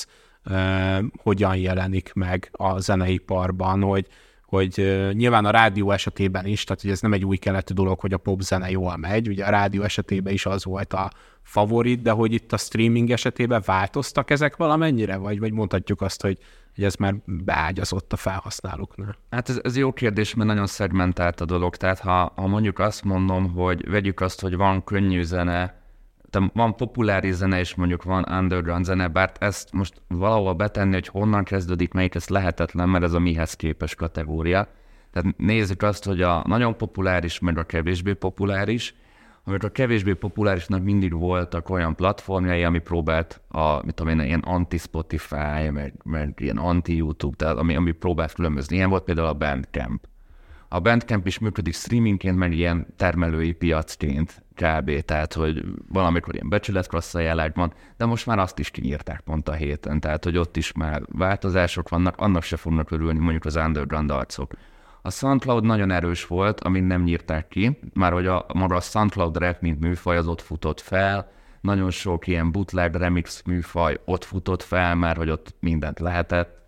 hogyan jelenik meg a zeneiparban, hogy nyilván a rádió esetében is, tehát hogy ez nem egy új keletű dolog, hogy a popzene jól megy, ugye a rádió esetében is az volt a favorit, de hogy itt a streaming esetében változtak ezek valamennyire, vagy mondhatjuk azt, hogy ez már beágyazott a felhasználóknál? Hát ez jó kérdés, mert nagyon szegmentált a dolog. Tehát ha mondjuk azt mondom, hogy vegyük azt, hogy van könnyű zene, tehát van populáris zene, és mondjuk van underground zene, bár ezt most valahol betenni, hogy honnan kezdődik, melyik, ez lehetetlen, mert ez a mihez képes kategória. Tehát nézzük azt, hogy a nagyon populáris, meg a kevésbé populáris. Amikor a kevésbé populárisnak mindig voltak olyan platformjai, ami próbált ilyen anti-Spotify, meg ilyen anti-YouTube, tehát ami próbált különbözni. Ilyen volt például a Bandcamp. A Bandcamp is működik streamingként, meg ilyen termelői piacként kb. Tehát, hogy valamikor ilyen becsületklasszai jellegben, de most már azt is kinyírták pont a héten. Tehát, hogy ott is már változások vannak, annak se fognak örülni mondjuk az underground arcok. A SoundCloud nagyon erős volt, amit nem nyírták ki, már hogy maga a SoundCloud rap, mint műfaj, az ott futott fel, nagyon sok ilyen bootleg remix műfaj ott futott fel, már hogy ott mindent lehetett.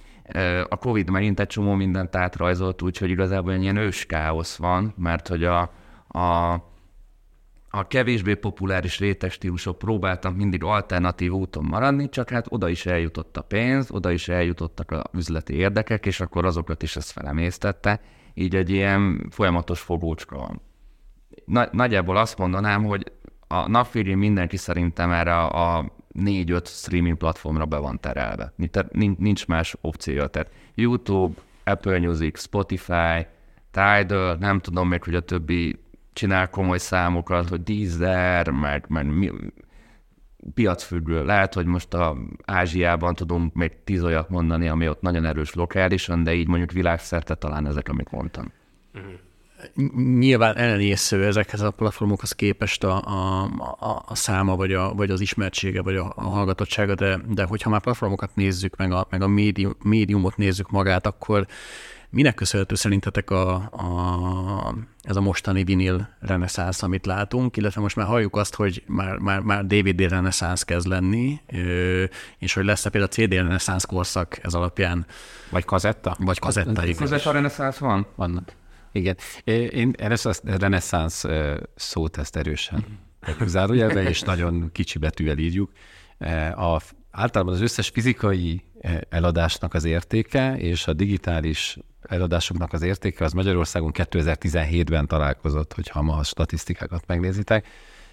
A Covid megint egy csomó mindent átrajzolt, úgyhogy igazából ilyen ős káosz van, mert hogy a a kevésbé populáris rétegstílusok próbáltak mindig alternatív úton maradni, csak hát oda is eljutott a pénz, oda is eljutottak az üzleti érdekek, és akkor azokat is ezt felemésztette. Így egy ilyen folyamatos fogócska van. Nagyjából azt mondanám, hogy a nap végén mindenki szerintem erre a 4-5 streaming platformra be van terelve. Nincs más opciója. Tehát YouTube, Apple Music, Spotify, Tidal, nem tudom még, hogy a többi csinál komoly számokat, hogy Deezer, meg piacfüggő. Lehet, hogy most Ázsiában tudunk még 10 olyat mondani, ami ott nagyon erős lokálisan, de így mondjuk világszerte talán ezek, amit mondtam. Nyilván elenyésző ezekhez a platformokhoz képest a száma, vagy az ismertsége, vagy a hallgatottsága, de hogyha már platformokat nézzük, meg a médiumot nézzük magát, akkor minek köszönhető szerintetek ez a mostani vinil reneszánsz, amit látunk, illetve most már halljuk azt, hogy már DVD reneszánsz kezd lenni, és hogy lesz-e például CD reneszánsz korszak ez alapján. Vagy kazetta? Vagy kazetta, igen. Kazetta reneszánsz van? Vannak. Igen. Én reneszánsz szót ezt erősen zárójelben, és nagyon kicsi betűvel írjuk. Általában az összes fizikai eladásnak az értéke és a digitális eladásoknak az értéke az Magyarországon 2017-ben találkozott, hogyha ma a statisztikákat megnézitek.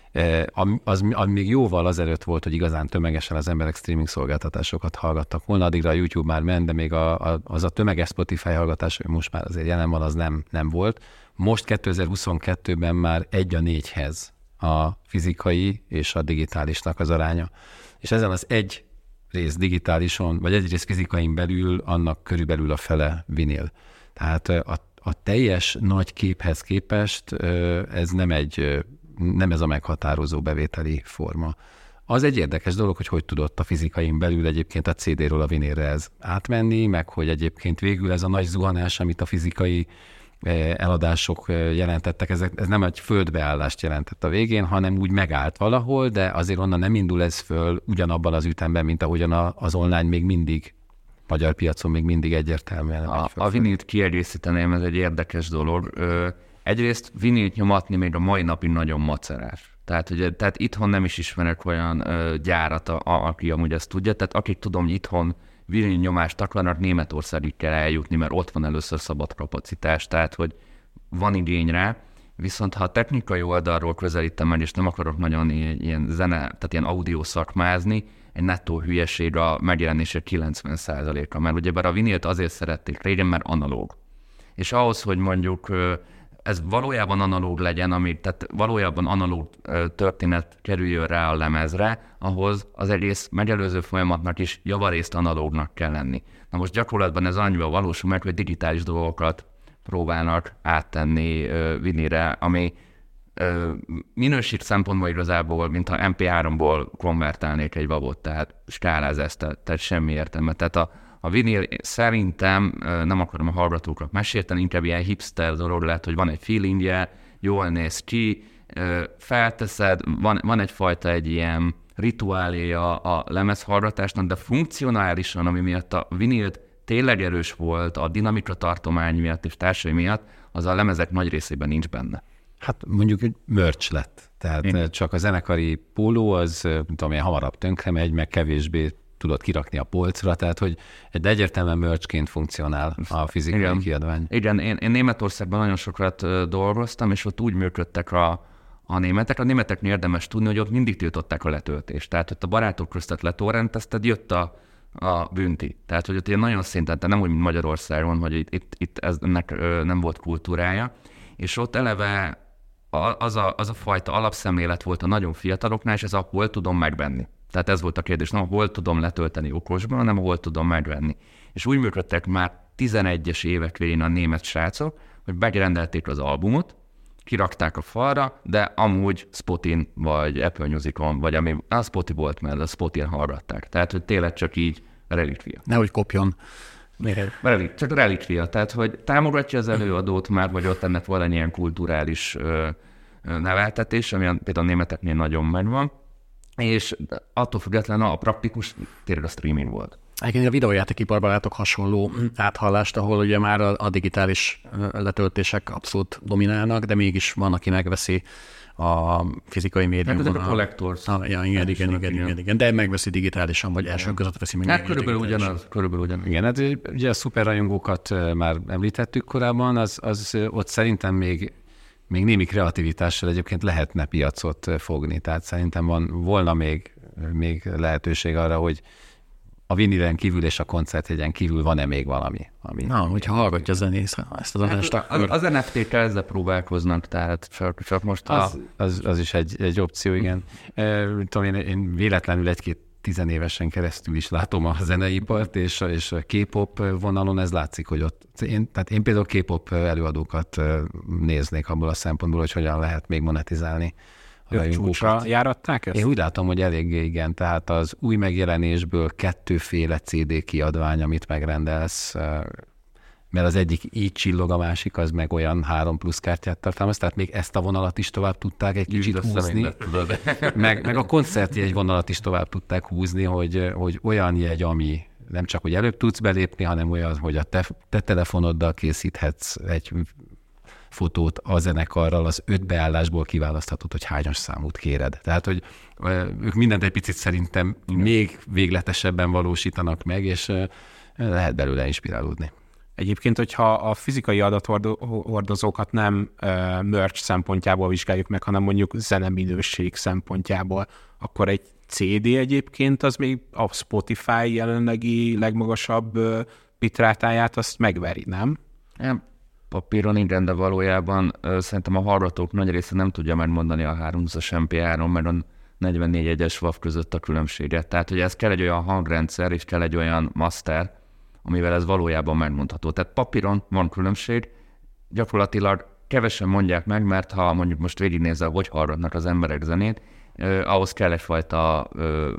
Az még jóval azelőtt volt, hogy igazán tömegesen az emberek streaming szolgáltatásokat hallgattak volna, addigra a YouTube már ment, de még az a tömeges Spotify hallgatás, hogy most már azért jelen van, az nem volt. Most 2022-ben már 1:4 a fizikai és a digitálisnak az aránya. És ezen az egy rész digitálison, vagy egy rész fizikain belül, annak körülbelül a fele vinil. Tehát a teljes nagy képhez képest ez nem ez a meghatározó bevételi forma. Az egy érdekes dolog, hogy tudott a fizikain belül egyébként a CD-ről a vinilre ez átmenni, meg hogy egyébként végül ez a nagy zuhanás, amit a fizikai eladások jelentettek, ez nem egy földbeállást jelentett a végén, hanem úgy megállt valahol, de azért onnan nem indul ez föl ugyanabban az ütemben, mint ahogyan az online még mindig, magyar piacon még mindig egyértelműen. A vinilt kiegészíteném, ez egy érdekes dolog. Egyrészt vinilt nyomatni még a mai napig nagyon macerás. Tehát itthon nem is ismerek olyan gyárat, aki amúgy ezt tudja. Tehát akik tudom, hogy itthon vinil nyomást akarnak, Németországig kell eljutni, mert ott van először szabad kapacitás, tehát hogy van igény rá. Viszont ha a technikai oldalról közelítem meg, és nem akarok nagyon ilyen zene, tehát ilyen audio szakmázni, egy nettó hülyeség a megjelenése 90%-a, mert ugyebár a vinilt azért szerették régen, mert analóg. És ahhoz, hogy mondjuk ez valójában analóg legyen, tehát valójában analóg történet kerüljön rá a lemezre, ahhoz az egész megelőző folyamatnak is javarészt analógnak kell lenni. Na most gyakorlatban ez annyival valósul meg, hogy digitális dolgokat próbálnak áttenni vinilre, ami minőség szempontból igazából, mintha MP3-ból konvertálnék egy wavot, tehát skáláz ezt, tehát semmi értelme. Tehát a vinil szerintem, nem akarom a hallgatókat mesélteni, inkább ilyen hipster dolog lehet, hogy van egy feelingje, jól néz ki, felteszed, van egyfajta egy ilyen rituáléja a lemezhallgatásnak, de funkcionálisan, ami miatt a vinilt tényleg erős volt, a dinamika tartomány miatt és társai miatt, az a lemezek nagy részében nincs benne. Hát mondjuk egy merch lett. Tehát csak a zenekari póló az, tudom én, hamarabb tönkre megy, meg kevésbé tudod kirakni a polcra, tehát hogy de egyértelműen merchként funkcionál a fizikai kiadvány. Igen, én Németországban nagyon sokat dolgoztam, és ott úgy működtek a németek. A németeknél érdemes tudni, hogy ott mindig tiltották a letöltést. Tehát ott a barátok köztet letorrentezted, jött a bünti. Tehát, hogy ott ilyen nagyon szinten, tehát nem úgy, mint Magyarországon, hogy itt ennek nem volt kultúrája. És ott eleve az a fajta alapszemlélet volt a nagyon fiataloknál, és ez a hol tudom megvenni. Tehát ez volt a kérdés, nem hol tudom letölteni okosban, hanem hol tudom megvenni. És úgy működtek már 11-es évek végén a német srácok, hogy megrendelték az albumot, kirakták a falra, de amúgy Spotin vagy Apple Musicon, vagy ami a Spotify volt, mert a Spotin hallgatták. Tehát, hogy tényleg csak így relikvia. Nehogy kopjon. Csak relikvia, tehát, hogy támogatja az előadót már, vagy ott ennek valami ilyen kulturális neveltetés, ami például a németeknél nagyon megvan, és attól függetlenül a praktikus tényleg a streaming volt. Egyébként a videójátékiparban látok hasonló áthallást, ahol ugye már a digitális letöltések abszolút dominálnak, de mégis van, aki megveszi a fizikai médiumon. Ezek a collectors. Igen, de megveszi digitálisan, vagy első között veszi meg. Hát körülbelül ugyanaz. Igen, hát ugye a szuperrajongókat már említettük korábban, az ott szerintem még némi kreativitással egyébként lehetne piacot fogni. Tehát szerintem volna még lehetőség arra, hogy a vinylen kívül és a koncertjegyen kívül van-e még valami? Hogyha hallgatja a zenész ezt az adást, akkor... Az NFT-kkel ezzel próbálkoznak, tehát csak most az is egy opció, igen. Tudom, én véletlenül egy-két tizenévesen keresztül is látom a zeneipart, és a K-pop vonalon ez látszik, hogy ott én például K-pop előadókat néznék abból a szempontból, hogy hogyan lehet még monetizálni. Csúcsra járatták ezt? Én úgy látom, hogy eléggé igen, tehát az új megjelenésből 2 CD kiadvány, amit megrendelsz, mert az egyik így csillog, a másik az meg olyan 3 plusz kártyát tartalmaz, tehát még ezt a vonalat is tovább tudták egy kicsit húzni, meg a koncertjegy vonalat is tovább tudták húzni, hogy olyan jegy, ami nem csak, hogy előbb tudsz belépni, hanem olyan, hogy a te telefonoddal készíthetsz egy fotót a zenekarral, az 5 beállásból kiválaszthatod, hogy hányas számút kéred. Tehát, hogy ők mindent egy picit szerintem még végletesebben valósítanak meg, és lehet belőle inspirálódni. Egyébként, hogyha a fizikai adathordozókat nem merch szempontjából vizsgáljuk meg, hanem mondjuk zeneminőség szempontjából, akkor egy CD egyébként az még a Spotify jelenlegi legmagasabb bitrátáját azt megveri, nem? Papíron igen, de valójában szerintem a hallgatók nagy része nem tudja megmondani a 320-as MP3, mert a 44-es WAV között a különbséget. Tehát, hogy ez kell egy olyan hangrendszer, és kell egy olyan master, amivel ez valójában megmondható. Tehát papíron van különbség, gyakorlatilag kevesen mondják meg, mert ha mondjuk most végignézel, hogy hallgatnak az emberek zenét, ahhoz kell egyfajta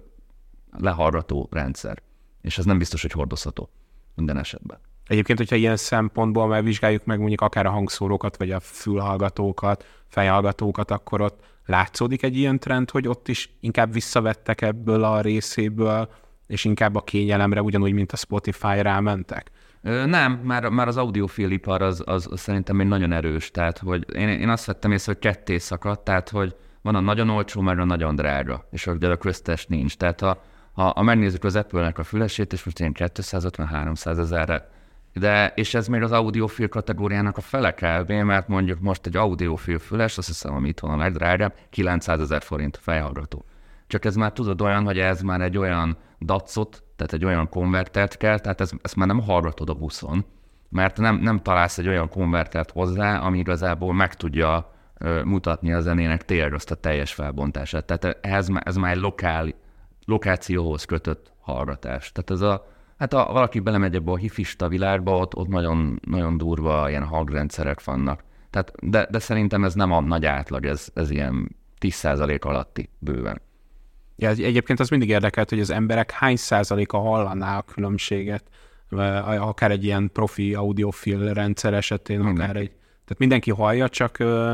lehallgató rendszer. És ez nem biztos, hogy hordozható minden esetben. Egyébként, hogyha ilyen szempontból megvizsgáljuk meg mondjuk akár a hangszórókat, vagy a fülhallgatókat, fejhallgatókat, akkor ott látszódik egy ilyen trend, hogy ott is inkább visszavettek ebből a részéből, és inkább a kényelemre, ugyanúgy, mint a Spotify-rá mentek? Nem, már az audiofilipar az szerintem még nagyon erős. Tehát, hogy én azt vettem észre, hogy ketté szakadt, tehát, hogy van a nagyon olcsó, meg a nagyon drága, és a köztes nincs. Tehát ha megnézzük az Apple-nek a fülesét, és most ilyen 250-300 ezerre, és ez még az audiofil kategóriának a fele kb, mert mondjuk most egy audiofil füles, azt hiszem, ami itt van a legdrágább, 900 000 forint fejhallgató. Csak ez már tudod olyan, hogy ez már egy olyan dacot, tehát egy olyan konvertert kell, tehát ezt már nem hallgatod a buszon, mert nem találsz egy olyan konvertert hozzá, ami igazából meg tudja mutatni a zenének tényleg azt a teljes felbontását. Tehát ez már egy lokációhoz kötött hallgatás. Tehát ha valaki belemegy ebbe a hifista világba, ott nagyon, nagyon durva ilyen hangrendszerek vannak. Tehát, de szerintem ez nem a nagy átlag, ez ilyen 10% alatti bőven. Ja, egyébként az mindig érdekelt, hogy az emberek hány százaléka hallaná a különbséget, akár egy ilyen profi audiofil rendszer esetén, akár tehát mindenki hallja, csak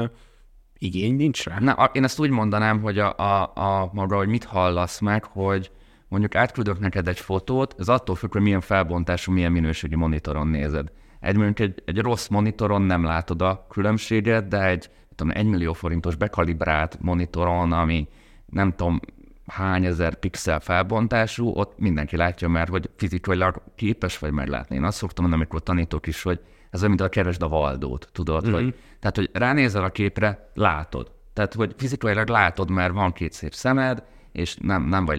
igény nincs rá. Én ezt úgy mondanám, hogy maga, hogy mit hallasz meg, hogy mondjuk átküldök neked egy fotót, ez attól függ, hogy milyen felbontású, milyen minőségi monitoron nézed. Mondjuk egy rossz monitoron nem látod a különbséget, de egy 1 millió forintos bekalibrált monitoron, ami nem tudom hány ezer pixel felbontású, ott mindenki látja, mert hogy fizikailag képes vagy meglátni. Én azt szoktam mondani, amikor tanítok is, hogy ez olyan, mint a keresd a Valdót, tudod? Tehát, hogy ránézel a képre, látod. Tehát, hogy fizikailag látod, mert van 2 szép szemed, és nem vagy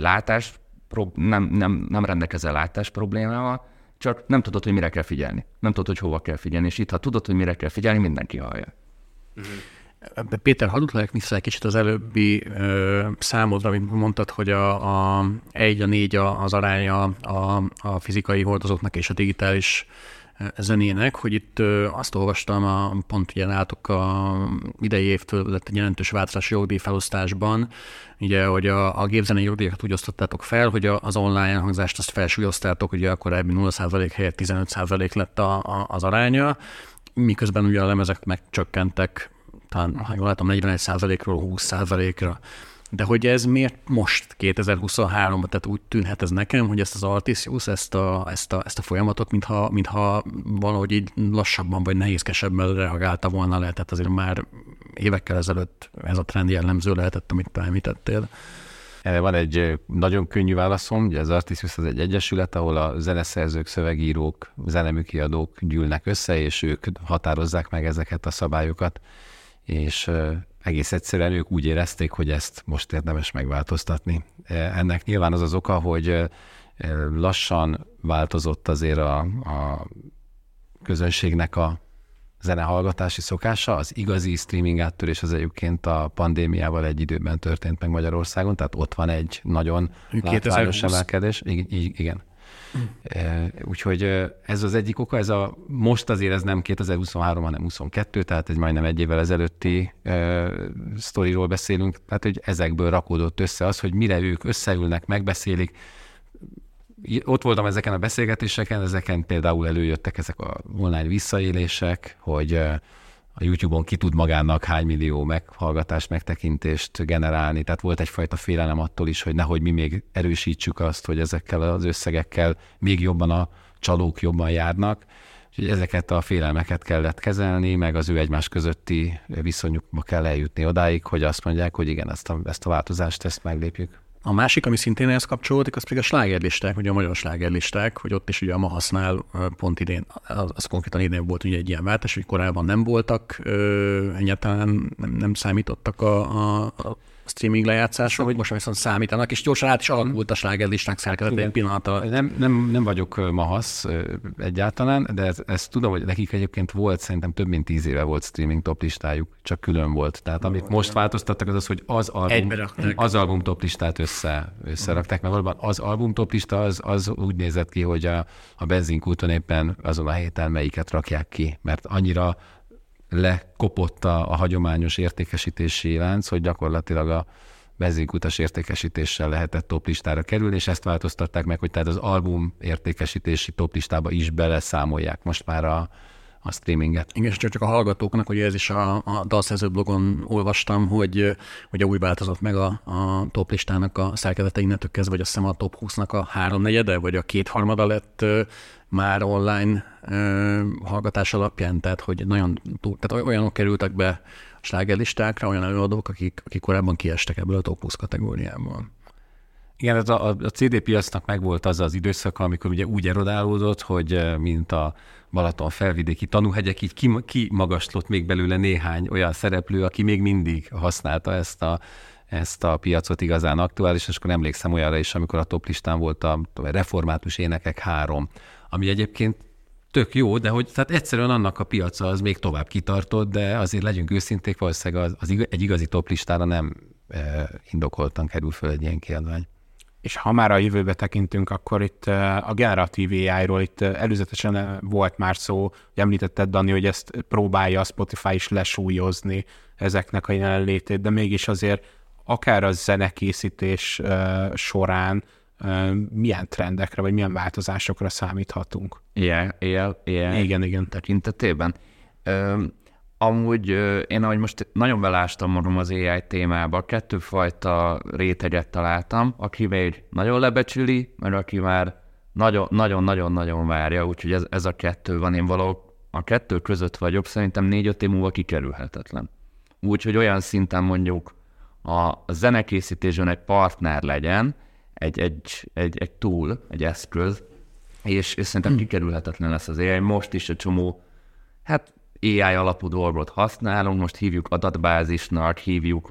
nem rendelkezel látás problémával, csak nem tudod, hogy mire kell figyelni. Nem tudod, hogy hova kell figyelni, és itt, ha tudod, hogy mire kell figyelni, mindenki hallja. Péter, hadd utaljak vissza egy kicsit az előbbi számodra, amit mondtad, hogy a 1-4 az aránya a fizikai hordozóknak és a digitális zenének, hogy itt azt olvastam, pont ugye látok idei évtől lett egy jelentős változás jogdíj felosztásban, ugye, hogy a gépzenei jogdíjakat úgy osztottátok fel, hogy az online hangzást azt felsúlyoztátok, ugye akkor ebben 0% helyett 15% lett az aránya, miközben ugye a lemezek megcsökkentek, talán, ha jól látom, 41%-ról 20%-ra. De hogy ez miért most 2023-ban, tehát úgy tűnhet ez nekem, hogy ezt az Artisius, ezt a folyamatot, mintha valahogy így lassabban vagy nehézkesebben reagálta volna le, tehát azért már évekkel ezelőtt ez a trend jellemző lehetett, amit te említettél. Erre van egy nagyon könnyű válaszom, ugye az Artisius az egy egyesület, ahol a zeneszerzők, szövegírók, zeneműkiadók gyűlnek össze, és ők határozzák meg ezeket a szabályokat, és egész egyszerűen ők úgy érezték, hogy ezt most érdemes megváltoztatni. Ennek nyilván az az oka, hogy lassan változott azért a közönségnek a zenehallgatási szokása, az igazi streaming áttörés az egyébként a pandémiával egy időben történt meg Magyarországon, tehát ott van egy nagyon látványos emelkedés. Igen. Úgyhogy ez az egyik oka, most azért ez nem 2023, hanem 22, tehát egy majdnem egy évvel ezelőtti sztoriról beszélünk, tehát hogy ezekből rakódott össze az, hogy mire ők összeülnek, megbeszélik. Ott voltam ezeken a beszélgetéseken, ezeken például előjöttek ezek a online visszaélések, hogy a YouTube-on ki tud magának hány millió meghallgatást, megtekintést generálni, tehát volt egyfajta félelem attól is, hogy nehogy mi még erősítsük azt, hogy ezekkel az összegekkel még jobban a csalók jobban járnak. Úgyhogy ezeket a félelmeket kellett kezelni, meg az ő egymás közötti viszonyukba kell eljutni odáig, hogy azt mondják, hogy igen, ezt a változást, ezt meglépjük. A másik, ami szintén ehhez kapcsolódik, az pedig a slágerlisták, ugye a magyar slágerlisták, hogy ott is ugye a Mahasznál pont idén, az konkrétan idén volt ugye egy ilyen váltás, hogy korábban nem voltak, egyáltalán nem számítottak a streaming lejátszásra, hogy most viszont számítanak, és gyorsan át is alakult a slágerlisták szerkezete egy pillanatra. Nem vagyok Mahasz egyáltalán, de ezt tudom, hogy nekik egyébként volt, szerintem több mint 10 éve volt streaming toplistájuk, csak külön volt. Tehát amit most változtattak, az, hogy az album toplistát összerakták, mert valóban az album toplista az úgy nézett ki, hogy a benzinkúton éppen azon a héten melyiket rakják ki, mert annyira lekopott a hagyományos értékesítési lánc, hogy gyakorlatilag a benzinkutas értékesítéssel lehetett toplistára kerülni, és ezt változtatták meg, hogy tehát az album értékesítési toplistába is beleszámolják most már a streaminget. Igen, és csak a hallgatóknak, hogy ez is a dalszerző blogon olvastam, hogy úgy változott meg a toplistának a szerkezete innentől kezdve, vagy azt hiszem a top 20-nak a 3/4, vagy a 2/3 lett már online hallgatás alapján, tehát hogy tehát olyanok kerültek be a slágerlistákra, olyan előadók, akik korábban kiestek ebből a top 20 kategóriából. Igen, a CD piacnak megvolt az időszaka, amikor ugye úgy erodálódott, hogy mint a Balaton felvidéki tanúhegyek, így kimagaslott még belőle néhány olyan szereplő, aki még mindig használta ezt a piacot igazán aktuális, és akkor emlékszem olyanra is, amikor a toplistán volt a református énekek 3, ami egyébként tök jó, de hogy tehát egyszerűen annak a piaca az még tovább kitartott, de azért legyünk őszinték, valószínűleg egy igazi toplistára nem indokoltan kerül föl egy ilyen kiadvány. És ha már a jövőbe tekintünk, akkor itt a generatív AI-ról itt előzetesen volt már szó, hogy említetted, Dani, hogy ezt próbálja a Spotify is lesúlyozni ezeknek a jelenlétét, de mégis azért akár a zenekészítés során milyen trendekre, vagy milyen változásokra számíthatunk? Igen. Tekintetében. Amúgy én ahogy most nagyon belástam magam az AI témába, 2 fajta réteget találtam, aki még nagyon lebecsüli, meg aki már nagyon-nagyon-nagyon várja, úgyhogy ez a 2 van, én valahol a 2 között vagyok, szerintem 4-5 év múlva kikerülhetetlen. Úgyhogy olyan szinten mondjuk a zenekészítésben egy partner legyen, egy tool, egy eszköz, és szerintem kikerülhetetlen lesz az AI. Most is egy csomó, AI alapú dolgot használunk, most hívjuk adatbázisnak, hívjuk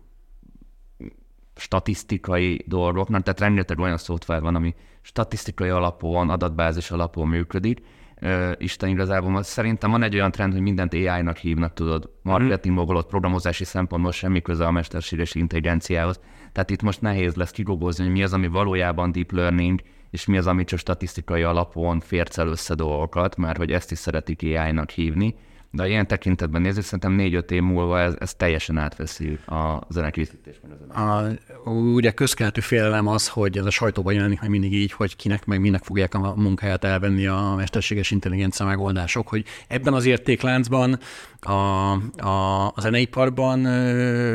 statisztikai dolgoknak, tehát rengeteg olyan szoftver van, ami statisztikai alapon, adatbázis alapon működik. Isten igazából szerintem van egy olyan trend, hogy mindent AI-nak hívnak, tudod, marketingból, programozási szempontból semmi köze a mesterséges intelligenciához. Tehát itt most nehéz lesz kigogozni, hogy mi az, ami valójában deep learning, és mi az, ami csak statisztikai alapon fércel össze dolgokat, mert hogy ezt is szeretik AI-nak hívni. De ilyen tekintetben nézzük, szerintem 4-5 év múlva ez teljesen átveszi a zenekészítésben. Ugye közkeletű félelem az, hogy ez a sajtóban jelenik meg mindig így, hogy kinek meg minek fogják a munkáját elvenni a mesterséges intelligencia megoldások, hogy ebben az értékláncban a zeneiparban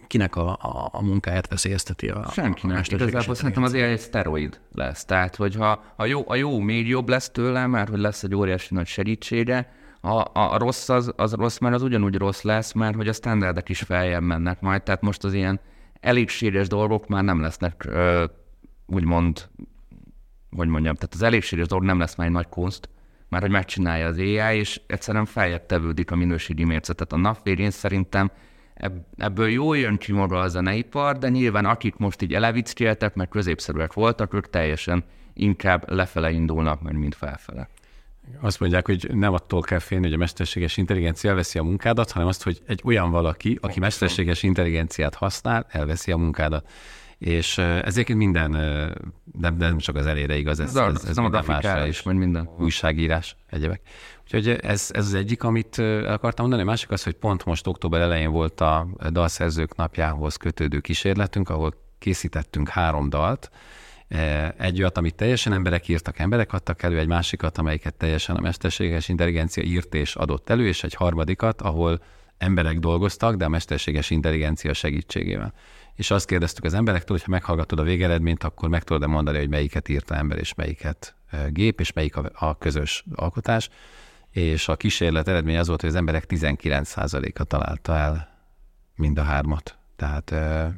kinek a munkáját veszélyezteti a senkinek. Igazából szerintem azért egy szteroid lesz. Tehát, hogyha a jó még jobb lesz tőle, mert hogy lesz egy óriási nagy segítsége, a rossz az rossz, mert az ugyanúgy rossz lesz, mert hogy a standardek is feljebb mennek majd. Tehát most az ilyen elégséges dolgok már nem lesznek, úgymond, hogy mondjam, tehát az elégséges dolog nem lesz már egy nagy kunst, már hogy megcsinálja az AI, és egyszerűen feljebb tevődik a minőségi mérce. Tehát a nap végén szerintem ebből jól jön ki maga a zeneipar, de nyilván akik most így elevickéltek, meg középszerűek voltak, ők teljesen inkább lefele indulnak, mint felfele. Azt mondják, hogy nem attól kell félni, hogy a mesterséges intelligencia elveszi a munkádat, hanem azt, hogy egy olyan valaki, aki mesterséges intelligenciát használ, elveszi a munkádat. És ezért minden, nem csak az elére igaz, ez minden másra is, vagy minden újságírás, egyebek. Úgyhogy ez az egyik, amit el akartam mondani. A másik az, hogy pont most október elején volt a dalszerzők napjához kötődő kísérletünk, ahol készítettünk 3 dalt. Egy olyat, amit teljesen emberek írtak, emberek adtak elő, egy másikat, amelyiket teljesen a mesterséges intelligencia írt és adott elő, és egy harmadikat, ahol emberek dolgoztak, de a mesterséges intelligencia segítségével. És azt kérdeztük az emberektől, hogy ha meghallgatod a végeredményt, akkor meg tudod mondani, hogy melyiket írta ember, és melyiket gép, és melyik a közös alkotás. És a kísérlet eredménye az volt, hogy az emberek 19%-a találta el mind a 3-at. Tehát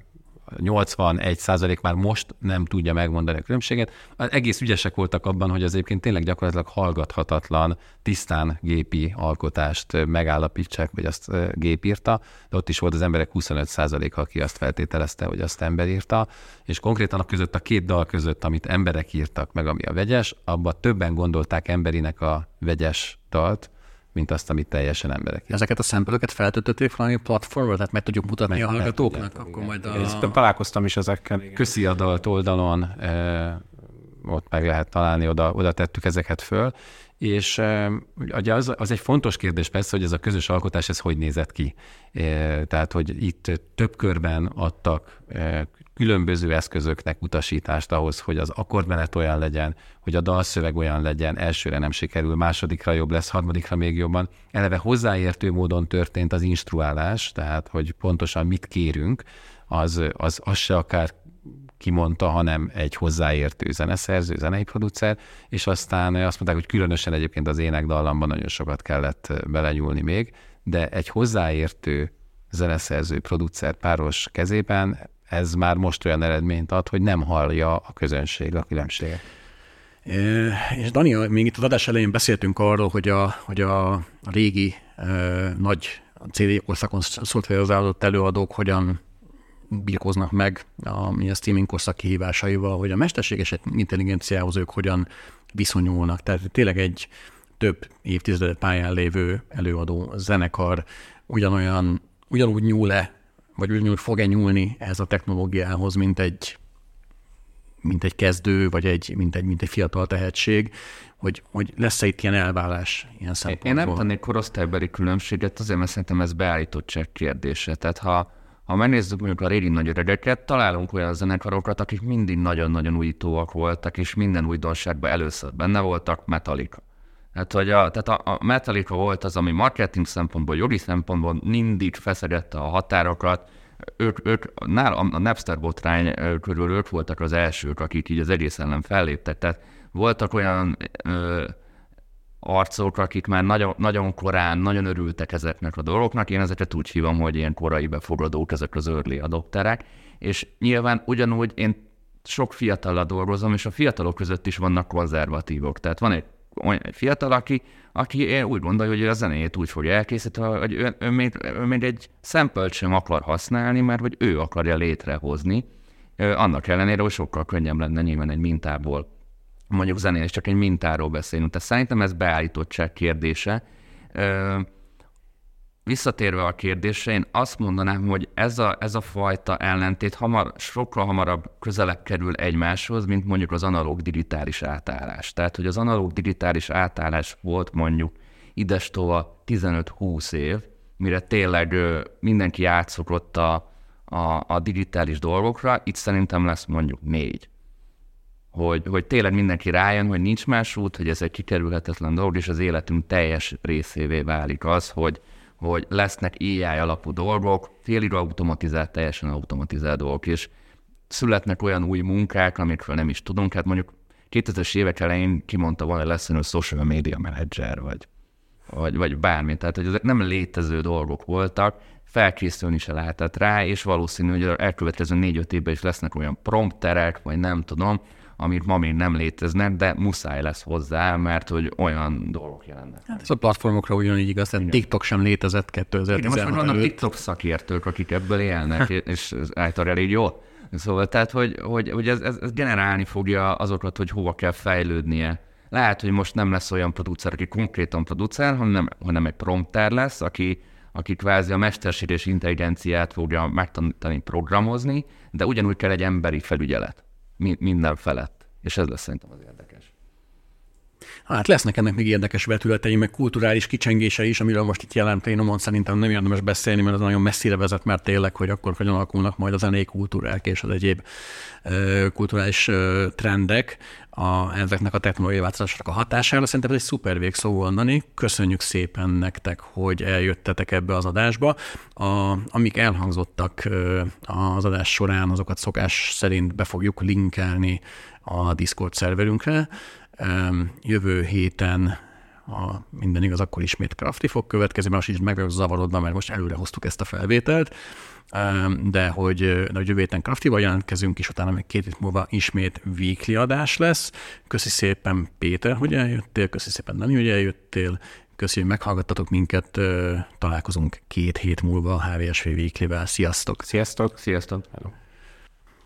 81% már most nem tudja megmondani a különbséget. Egész ügyesek voltak abban, hogy az egyébként tényleg gyakorlatilag hallgathatatlan, tisztán gépi alkotást megállapítsák, hogy azt gép írta, de ott is volt az emberek 25%-a, aki azt feltételezte, hogy azt ember írta, és konkrétan a 2 dal között, amit emberek írtak meg, ami a vegyes, abban többen gondolták emberinek a vegyes dalt, mint azt, amit teljesen emberek. Ezeket a szempelőket feltöltötték valami platformra, tehát meg tudjuk mutatni a hallgatóknak? Akkor majd Én találkoztam is ezekkel. Köszi a dalt oldalon, ott meg lehet találni, oda tettük ezeket föl, és ugye az egy fontos kérdés persze, hogy ez a közös alkotás, ez hogy nézett ki. Tehát, hogy itt több körben adtak különböző eszközöknek utasítást ahhoz, hogy az akkordmenet olyan legyen, hogy a dalszöveg olyan legyen, elsőre nem sikerül, másodikra jobb lesz, harmadikra még jobban. Eleve hozzáértő módon történt az instruálás, tehát, hogy pontosan mit kérünk, az se akár kimondta, hanem egy hozzáértő zeneszerző, zenei producer, és aztán azt mondták, hogy különösen egyébként az énekdallamban nagyon sokat kellett belenyúlni még, de egy hozzáértő zeneszerző, producer páros kezében ez már most olyan eredményt ad, hogy nem hallja a közönség a különbséget. És Dani, még itt az adás elején beszéltünk arról, hogy a régi nagy CD korszakon szolgáltatott előadók hogyan birkóznak meg a streaming korszak kihívásaival, hogy a mesterséges intelligenciához ők hogyan viszonyulnak. Tehát tényleg egy több évtizedet pályán lévő előadó zenekar ugyanúgy nyúl-e, vagy ugyanúgy fog-e nyúlni ez a technológiához, mint egy kezdő, vagy mint egy fiatal tehetség, hogy lesz-e itt ilyen elválás ilyen szempontból? Én nem tennék korosztálybeli különbséget, azért mert szerintem ez beállítottság kérdése. Tehát ha megnézzük mondjuk a régi nagy öregeket, találunk olyan zenekarokat, akik mindig nagyon-nagyon újítóak voltak, és minden újdonságban először benne voltak, Metallica. Tehát a Metallica volt az, ami marketing szempontból, jogi szempontból mindig feszegette a határokat. A Napster botrány körül ők voltak az elsők, akik így az egész ellen felléptek. Tehát voltak olyan arcok, akik már nagyon, nagyon korán, nagyon örültek ezeknek a dolgoknak. Én ezeket úgy hívom, hogy ilyen korai befogadók, ezek az early adopterek. És nyilván ugyanúgy én sok fiatallal dolgozom, és a fiatalok között is vannak konzervatívok. Tehát van egy fiatal, aki úgy gondolja, hogy a zenéjét úgy fogja elkészíteni, hogy ő még egy sample-t sem akar használni, mert hogy ő akarja létrehozni. Annak ellenére, hogy sokkal könnyebb lenne nyilván egy mintából, mondjuk zenén, és csak egy mintáról beszélünk. Tehát szerintem ez beállítottság kérdése. Visszatérve a kérdésre, én azt mondanám, hogy ez a fajta ellentét sokkal hamarabb közelebb kerül egymáshoz, mint mondjuk az analóg-digitális átállás. Tehát, hogy az analóg-digitális átállás volt mondjuk idestova 15-20 év, mire tényleg mindenki átszokott a digitális dolgokra, itt szerintem lesz mondjuk 4. Hogy tényleg mindenki rájön, hogy nincs más út, hogy ez egy kikerülhetetlen dolog, és az életünk teljes részévé válik az, hogy hogy lesznek AI alapú dolgok, félig automatizált, teljesen automatizált dolgok, és születnek olyan új munkák, amikről nem is tudunk. Hát mondjuk 2000-es évek elején kimondta volna, hogy lesz egy social media manager, vagy bármi. Tehát, hogy ezek nem létező dolgok voltak, felkészülni se lehetett rá, és valószínű, hogy elkövetkező 4-5 évben is lesznek olyan prompterek, vagy nem tudom, amit ma még nem léteznek, de muszáj lesz hozzá, mert hogy olyan dolgok jelennek. Hát ez a platformokra ugyanígy igaz, tehát TikTok sem létezett 2016 előtt. Most vannak TikTok szakértők, akik ebből élnek, és ez általában elég jó. Szóval tehát, hogy ez generálni fogja azokat, hogy hova kell fejlődnie. Lehet, hogy most nem lesz olyan producer, aki konkrétan producer, hanem egy prompter lesz, aki kvázi a mesterséges intelligenciát fogja megtanítani programozni, de ugyanúgy kell egy emberi felügyelet minden felett. És ez lesz szerintem az érdekes. Hát lesznek ennek még érdekes vetületei, meg kulturális kicsengése is, amiről most itt jelenténomon szerintem nem érdemes beszélni, mert az nagyon messzire vezet, mert tényleg, hogy akkor hogyan alakulnak majd a zenei kultúrák és az egyéb kulturális trendek ezeknek a technológiai változásoknak a hatására. Szerintem ez egy szuper végszó mondani. Köszönjük szépen nektek, hogy eljöttetek ebbe az adásba. Amik elhangzottak az adás során, azokat szokás szerint be fogjuk linkelni a Discord szerverünkre. Jövő héten, ha minden igaz, akkor ismét Crafty fog következni, mert most így meg vagyok zavarodva, mert most előre hoztuk ezt a felvételt, de hogy jövő héten Crafty-val jelentkezünk, és utána még 2 hét múlva ismét weekly adás lesz. Köszi szépen, Péter, hogy eljöttél, köszi szépen, Dani, hogy eljöttél, köszi, hogy meghallgattatok minket, találkozunk 2 hét múlva a HVSV Weekly-vel. Sziasztok! Sziasztok! Sziasztok! Hello.